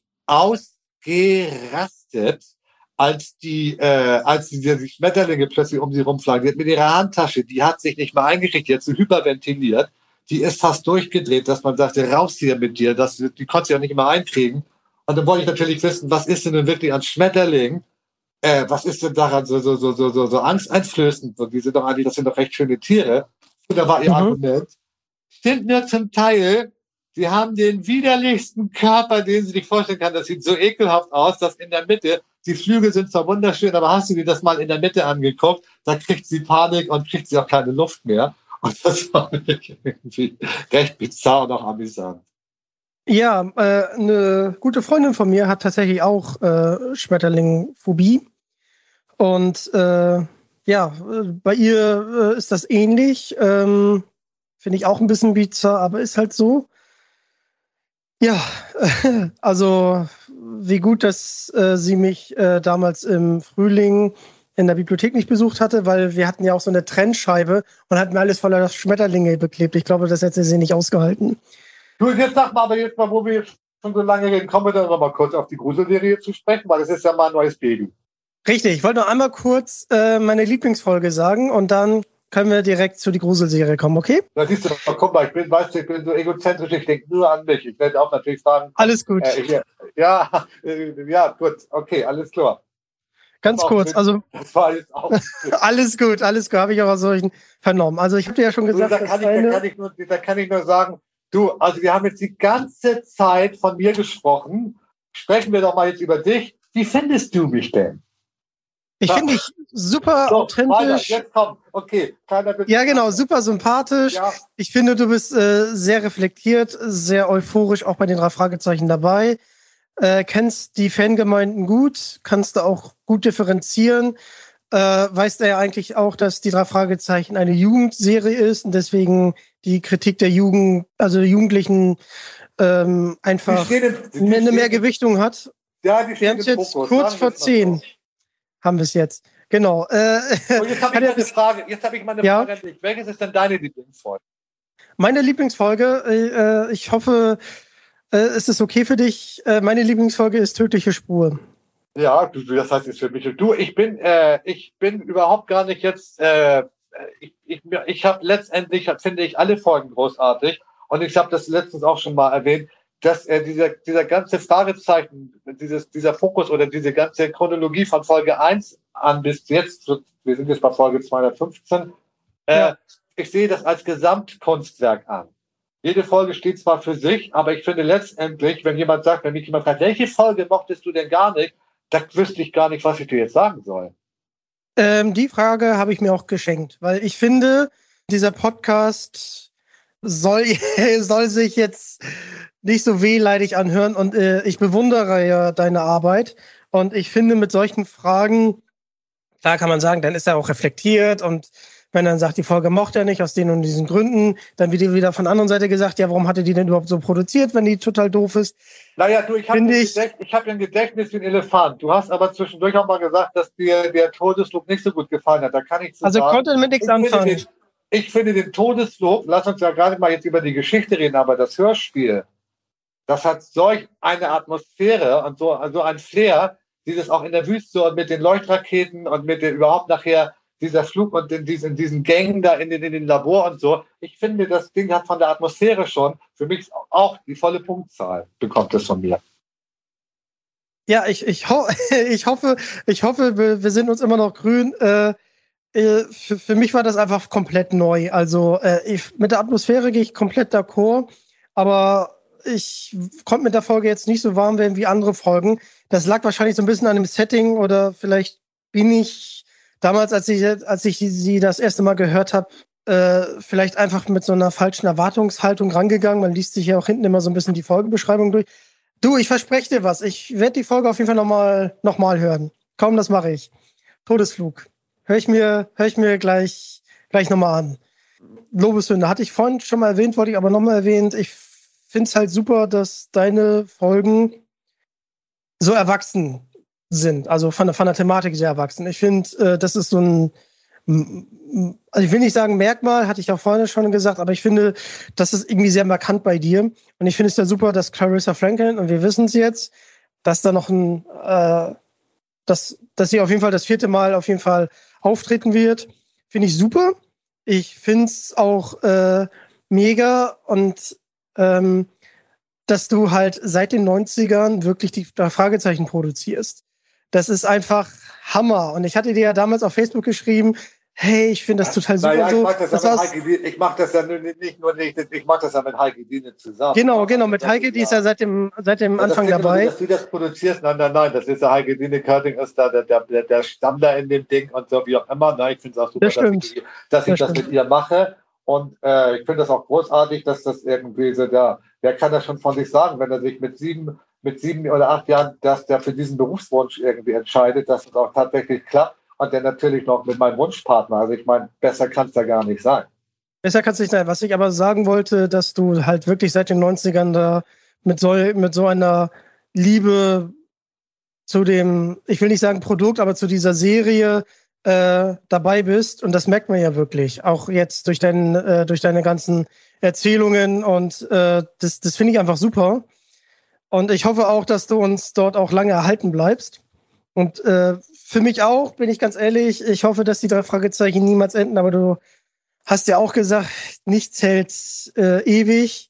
ausgerastet, als die, äh, als die, die Schmetterlinge plötzlich um sie rumflagen. Die hat mit ihrer Handtasche, die hat sich nicht mal eingekriegt, die hat so hyperventiliert. Die ist fast durchgedreht, dass man sagte, raus hier mit dir. Das, die konnte sie ja nicht mal einkriegen. Und dann wollte ich natürlich wissen, was ist denn denn wirklich an Schmetterlingen? Äh, was ist denn daran so, so, so, so, so, so angsteinflößend? Und die sind doch eigentlich, das sind doch recht schöne Tiere. Und da war ihr mhm. Argument. Stimmt nur zum Teil, sie haben den widerlichsten Körper, den sie sich vorstellen kann. Das sieht so ekelhaft aus, dass in der Mitte, die Flügel sind zwar wunderschön, aber hast du dir das mal in der Mitte angeguckt, da kriegt sie Panik und kriegt sie auch keine Luft mehr. Und das war irgendwie recht bizarr und auch amüsant. Ja, äh, eine gute Freundin von mir hat tatsächlich auch äh, Schmetterlingphobie. Und äh, ja, bei ihr äh, ist das ähnlich. Ähm, Finde ich auch ein bisschen bizarr, aber ist halt so. Ja, also wie gut, dass äh, sie mich äh, damals im Frühling in der Bibliothek nicht besucht hatte, weil wir hatten ja auch so eine Trennscheibe und hatten alles voller Schmetterlinge beklebt. Ich glaube, das hätte sie nicht ausgehalten. Du, jetzt sag mal, aber jetzt mal, wo wir schon so lange reden, kommen wir dann noch mal kurz auf die Gruselserie zu sprechen, weil das ist ja mal ein neues Baby. Richtig, ich wollte noch einmal kurz äh, meine Lieblingsfolge sagen und dann können wir direkt zu die Gruselserie kommen, okay? Da siehst du, guck mal, ich bin, weißt du, ich bin so egozentrisch, ich denke nur an mich. Ich werde auch natürlich sagen... Alles gut. Äh, ich, ja, äh, ja, gut, okay, alles klar. Ganz kurz, also... Das war jetzt auch... alles gut, alles gut, habe ich aber solchen vernommen. Also ich habe dir ja schon gesagt... Du, da, kann ich, eine... da, kann ich nur, da kann ich nur sagen, du, also wir haben jetzt die ganze Zeit von mir gesprochen. Sprechen wir doch mal jetzt über dich. Wie findest du mich denn? Ich finde dich super so, authentisch. Weiter, jetzt komm. Okay. Keiner ja, genau, super sympathisch. Ja. Ich finde, du bist äh, sehr reflektiert, sehr euphorisch, auch bei den drei Fragezeichen dabei. Äh, kennst die Fangemeinden gut, kannst du auch gut differenzieren. Äh, weißt du ja eigentlich auch, dass die drei Fragezeichen eine Jugendserie ist und deswegen die Kritik der Jugend, also der Jugendlichen, ähm, einfach die stehen, die eine mehr Gewichtung hat. Ja, die Wir haben es jetzt Fokus. kurz vor zehn. Haben wir es jetzt. Genau. Äh, Und jetzt habe ich mal eine Frage. Jetzt habe ich mal eine ja? Frage an dich. Welches ist denn deine Lieblingsfolge? Meine Lieblingsfolge, äh, ich hoffe, äh, es ist okay für dich. Äh, meine Lieblingsfolge ist Tödliche Spur. Ja, du, das heißt, ist für mich. Du, ich bin, äh, ich bin überhaupt gar nicht jetzt. Äh, ich ich, ich habe letztendlich, finde ich, alle Folgen großartig. Und ich habe das letztens auch schon mal erwähnt, dass äh, dieser, dieser ganze Fragezeichen, dieses, dieser Fokus oder diese ganze Chronologie von Folge eins an bis jetzt, wir sind jetzt bei Folge zweihundertfünfzehn, äh, ja. ich sehe das als Gesamtkunstwerk an. Jede Folge steht zwar für sich, aber ich finde letztendlich, wenn jemand sagt, wenn mich jemand fragt, welche Folge mochtest du denn gar nicht, da wüsste ich gar nicht, was ich dir jetzt sagen soll. Ähm, die Frage habe ich mir auch geschenkt, weil ich finde, dieser Podcast soll, soll sich jetzt nicht so wehleidig anhören und äh, ich bewundere ja deine Arbeit und ich finde mit solchen Fragen, klar kann man sagen, dann ist er auch reflektiert und wenn er dann sagt, die Folge mochte er nicht aus den und diesen Gründen, dann wird wieder von der anderen Seite gesagt, ja, warum hat er die denn überhaupt so produziert, wenn die total doof ist? Naja, du, ich habe ich, ich hab ein Gedächtnis wie ein Elefant. Du hast aber zwischendurch auch mal gesagt, dass dir der Todesflug nicht so gut gefallen hat. Da kann ich so also sagen, konnte mit nichts anfangen. Den, ich finde den Todesflug, lass uns ja gerade mal jetzt über die Geschichte reden, aber das Hörspiel, das hat solch eine Atmosphäre und so also ein Flair, dieses auch in der Wüste und mit den Leuchtraketen und mit den überhaupt nachher dieser Flug und in diesen, diesen Gängen da in den, in den Labor und so. Ich finde, das Ding hat von der Atmosphäre schon für mich auch die volle Punktzahl, bekommt es von mir. Ja, ich, ich, ho- ich hoffe, ich hoffe, wir, wir sind uns immer noch grün. Äh, äh, für, für mich war das einfach komplett neu. Also äh, ich, mit der Atmosphäre gehe ich komplett d'accord, aber ich konnte mit der Folge jetzt nicht so warm werden wie andere Folgen. Das lag wahrscheinlich so ein bisschen an dem Setting oder vielleicht bin ich damals, als ich, als ich sie das erste Mal gehört habe, äh, vielleicht einfach mit so einer falschen Erwartungshaltung rangegangen. Man liest sich ja auch hinten immer so ein bisschen die Folgenbeschreibung durch. Du, ich verspreche dir was. Ich werde die Folge auf jeden Fall nochmal noch mal hören. Komm, das mache ich. Todesflug. Hör ich mir, hör ich mir gleich, gleich nochmal an. Lobeshymne hatte ich vorhin schon mal erwähnt, wollte ich aber nochmal erwähnt. Ich finde es halt super, dass deine Folgen so erwachsen sind. Also von der, von der Thematik sehr erwachsen. Ich finde, äh, das ist so ein, also ich will nicht sagen Merkmal, hatte ich auch vorhin schon gesagt, aber ich finde, das ist irgendwie sehr markant bei dir. Und ich finde es ja super, dass Clarissa Franklin, und wir wissen es jetzt, dass da noch ein, äh, dass, dass sie auf jeden Fall das vierte Mal auf jeden Fall auftreten wird. Finde ich super. Ich finde es auch äh, mega und ähm, dass du halt seit den neunzigern wirklich die Fragezeichen produzierst. Das ist einfach Hammer. Und ich hatte dir ja damals auf Facebook geschrieben, hey, ich finde das total super. Naja, ich so. mache das, das, ja mach das ja nicht nur nicht, ich mache das ja mit Heike Diene zusammen. Genau, genau, mit Heike, die ist ja seit dem, seit dem ja, Anfang dabei. Dass du das produzierst, nein, nein, nein, das ist ja Heike Diene, Körting ist da der, der, der Stamm da in dem Ding und so, wie auch immer. Nein, ich finde es auch super, das dass ich, dass ich das, das mit ihr mache. Und äh, ich finde das auch großartig, dass das irgendwie so da, wer kann das schon von sich sagen, wenn er sich mit sieben, mit sieben oder acht Jahren, dass der für diesen Berufswunsch irgendwie entscheidet, dass es auch tatsächlich klappt. Und dann natürlich noch mit meinem Wunschpartner. Also ich meine, besser kann es da gar nicht sein. Besser kann es nicht sein. Was ich aber sagen wollte, dass du halt wirklich seit den neunzigern da mit so, mit so einer Liebe zu dem, ich will nicht sagen Produkt, aber zu dieser Serie äh, dabei bist. Und das merkt man ja wirklich. Auch jetzt durch, dein, äh, durch deine ganzen Erzählungen. Und äh, das, das finde ich einfach super. Und ich hoffe auch, dass du uns dort auch lange erhalten bleibst. Und äh, für mich auch, bin ich ganz ehrlich, ich hoffe, dass die drei Fragezeichen niemals enden, aber du hast ja auch gesagt, nichts hält äh, ewig.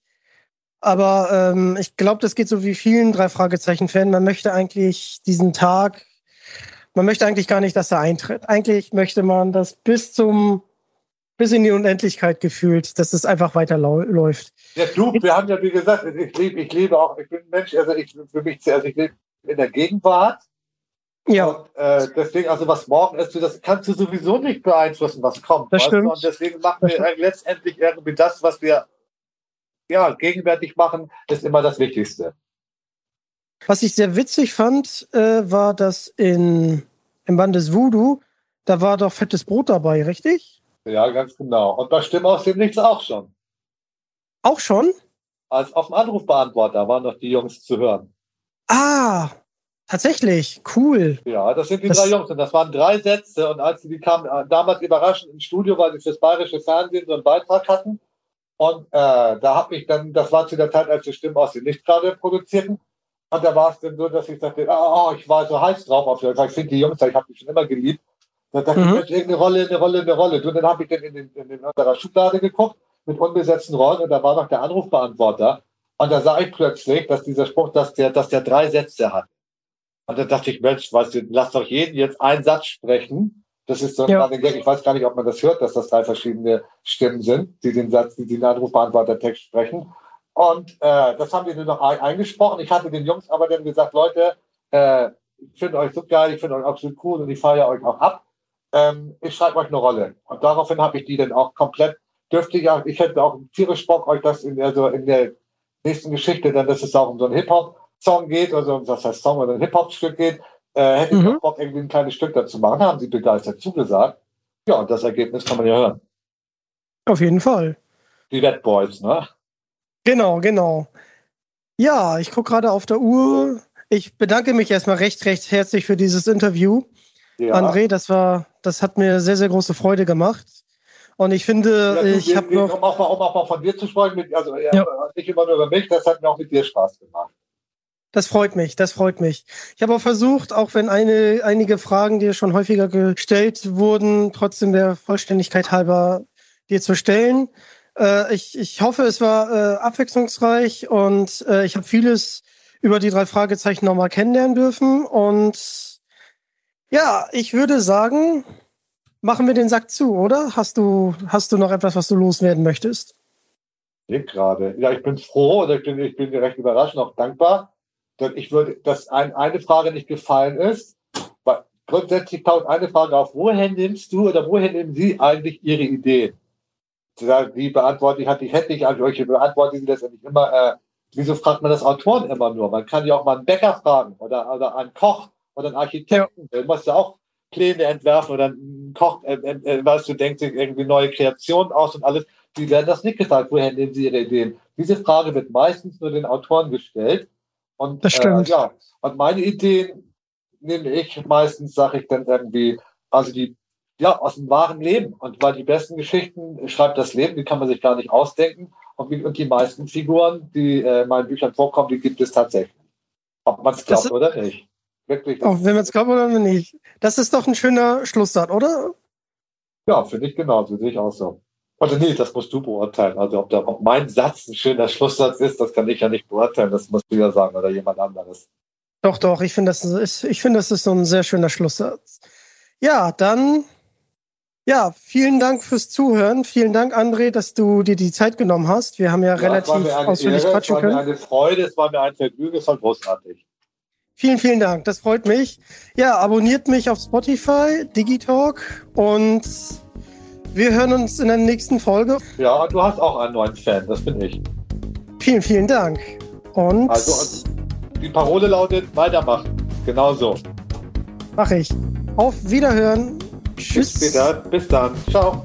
Aber ähm, ich glaube, das geht so wie vielen drei Fragezeichen-Fan. Man möchte eigentlich diesen Tag, man möchte eigentlich gar nicht, dass er eintritt. Eigentlich möchte man das bis zum, bis in die Unendlichkeit gefühlt, dass es einfach weiterläuft. Ja, du, wir haben ja, wie gesagt, ich lebe, ich lebe auch, ich bin ein Mensch, also ich für mich, also ich lebe in der Gegenwart. Ja. Und äh, deswegen, also was morgen ist, das kannst du sowieso nicht beeinflussen, was kommt. Das stimmt. Und deswegen machen wir letztendlich irgendwie das, was wir ja, gegenwärtig machen, ist immer das Wichtigste. Was ich sehr witzig fand, äh, war, dass in, im Band des Voodoo, da war doch fettes Brot dabei, richtig? Ja, ganz genau. Und bei Stimme aus dem Nichts auch schon. Auch schon? Als auf dem Anrufbeantworter waren noch die Jungs zu hören. Ah, tatsächlich, cool. Ja, das sind die das drei Jungs und das waren drei Sätze und als sie die kamen, damals überraschend ins Studio, weil sie fürs Bayerische Fernsehen so einen Beitrag hatten und äh, da habe ich dann, das war zu der Zeit, als die Stimmen aus dem Licht gerade produzierten und da war es dann so, dass ich sagte, oh, ich war so heiß drauf auf das, ich finde die Jungs, ich habe die schon immer geliebt. Da dachte mhm. ich, irgendeine Rolle, eine Rolle, eine Rolle. Und dann habe ich dann in, den, in, den, in unserer Schublade geguckt mit unbesetzten Rollen und da war noch der Anrufbeantworter und da sah ich plötzlich, dass dieser Spruch, dass der, dass der drei Sätze hat. Und dann dachte ich, Mensch, weißt du, lass doch jeden jetzt einen Satz sprechen. Das ist so ein ja. Gag. Ich weiß gar nicht, ob man das hört, dass das drei verschiedene Stimmen sind, die den Satz, die den Anrufbeantworter-Text sprechen. Und äh, das haben die nur noch ein, eingesprochen. Ich hatte den Jungs aber dann gesagt, Leute, äh, ich finde euch so geil, ich finde euch absolut cool und ich feiere euch auch ab. Ähm, ich schreibe euch eine Rolle. Und daraufhin habe ich die dann auch komplett, dürfte ich auch, ich hätte auch tierisch Bock, euch das in, also in der nächsten Geschichte, dann, dass es auch um so ein Hip-Hop Song geht, also was heißt Song oder ein Hip-Hop-Stück geht, äh, hätte mhm. ich auch Bock, irgendwie ein kleines Stück dazu machen, haben sie begeistert zugesagt. Ja, und das Ergebnis kann man ja hören. Auf jeden Fall. Die Red Boys, ne? Genau, genau. Ja, ich gucke gerade auf der Uhr. Ich bedanke mich erstmal recht, recht herzlich für dieses Interview. Ja. André, das war, das hat mir sehr, sehr große Freude gemacht. Und ich finde, ja, du, ich habe noch... Um auch, mal, um auch mal von dir zu sprechen, mit, also ja. nicht immer nur über mich, das hat mir auch mit dir Spaß gemacht. Das freut mich, das freut mich. Ich habe auch versucht, auch wenn eine, einige Fragen dir schon häufiger gestellt wurden, trotzdem der Vollständigkeit halber dir zu stellen. Äh, ich, ich hoffe, es war äh, abwechslungsreich und äh, ich habe vieles über die drei Fragezeichen nochmal kennenlernen dürfen. Und ja, ich würde sagen, machen wir den Sack zu, oder? Hast du, hast du noch etwas, was du loswerden möchtest? Ich gerade. Ja, ich bin froh oder ich bin, ich bin recht überrascht und auch dankbar, dass ich würde, dass ein, eine Frage nicht gefallen ist. Weil grundsätzlich taucht eine Frage auf: Woher nimmst du oder woher nehmen Sie eigentlich Ihre Ideen? Die beantworte ich, hatte ich, hätte ich an solche beantworte ich letztendlich immer. Äh, wieso fragt man das Autoren immer nur? Man kann ja auch mal einen Bäcker fragen oder, oder einen Koch oder einen Architekten. Ja. Du musst ja auch Pläne entwerfen oder einen Koch, äh, äh, weißt du, denkt sich irgendwie neue Kreationen aus und alles. Die werden das nicht gefragt. Woher nehmen Sie Ihre Ideen? Diese Frage wird meistens nur den Autoren gestellt. Und, das stimmt. Äh, ja, und meine Ideen nehme ich meistens, sage ich dann irgendwie, also die, ja, aus dem wahren Leben. Und weil die besten Geschichten schreibt das Leben, die kann man sich gar nicht ausdenken. Und, und die meisten Figuren, die äh, in meinen Büchern vorkommen, die gibt es tatsächlich. Ob man es glaubt ist, oder nicht. Wirklich. Auch wenn man es glaubt oder nicht. Das ist doch ein schöner Schlusssatz, oder? Ja, finde ich genauso, sehe ich auch so. Also nee, das musst du beurteilen. Also ob, der, ob mein Satz ein schöner Schlusssatz ist, das kann ich ja nicht beurteilen. Das musst du ja sagen oder jemand anderes. Doch, doch. Ich finde, das ist, ich finde, das ist so ein sehr schöner Schlusssatz. Ja, dann, ja, vielen Dank fürs Zuhören. Vielen Dank, André, dass du dir die Zeit genommen hast. Wir haben ja, ja relativ ausführlich Ehre, quatschen können. Es war mir eine Freude, es war mir ein Vergnügen, es war großartig. Vielen, vielen Dank. Das freut mich. Ja, abonniert mich auf Spotify, Digitalk, und wir hören uns in der nächsten Folge. Ja, du hast auch einen neuen Fan, das bin ich. Vielen, vielen Dank. Und also die Parole lautet: weitermachen. Genau so. Mach ich. Auf Wiederhören. Tschüss. Bis später. Bis dann. Ciao.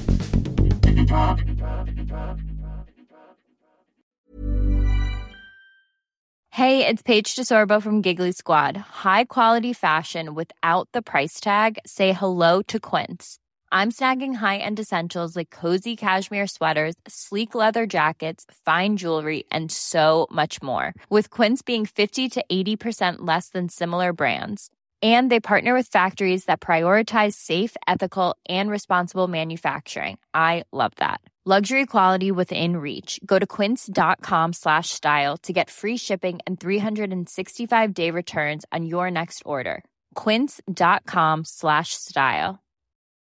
Hey, it's Paige DeSorbo from Giggly Squad. High quality fashion without the price tag. Say hello to Quince. I'm snagging high-end essentials like cozy cashmere sweaters, sleek leather jackets, fine jewelry, and so much more. With Quince being fifty to eighty percent less than similar brands. And they partner with factories that prioritize safe, ethical, and responsible manufacturing. I love that. Luxury quality within reach. Go to quince.com slash style to get free shipping and three sixty-five day returns on your next order. Quince.com slash style.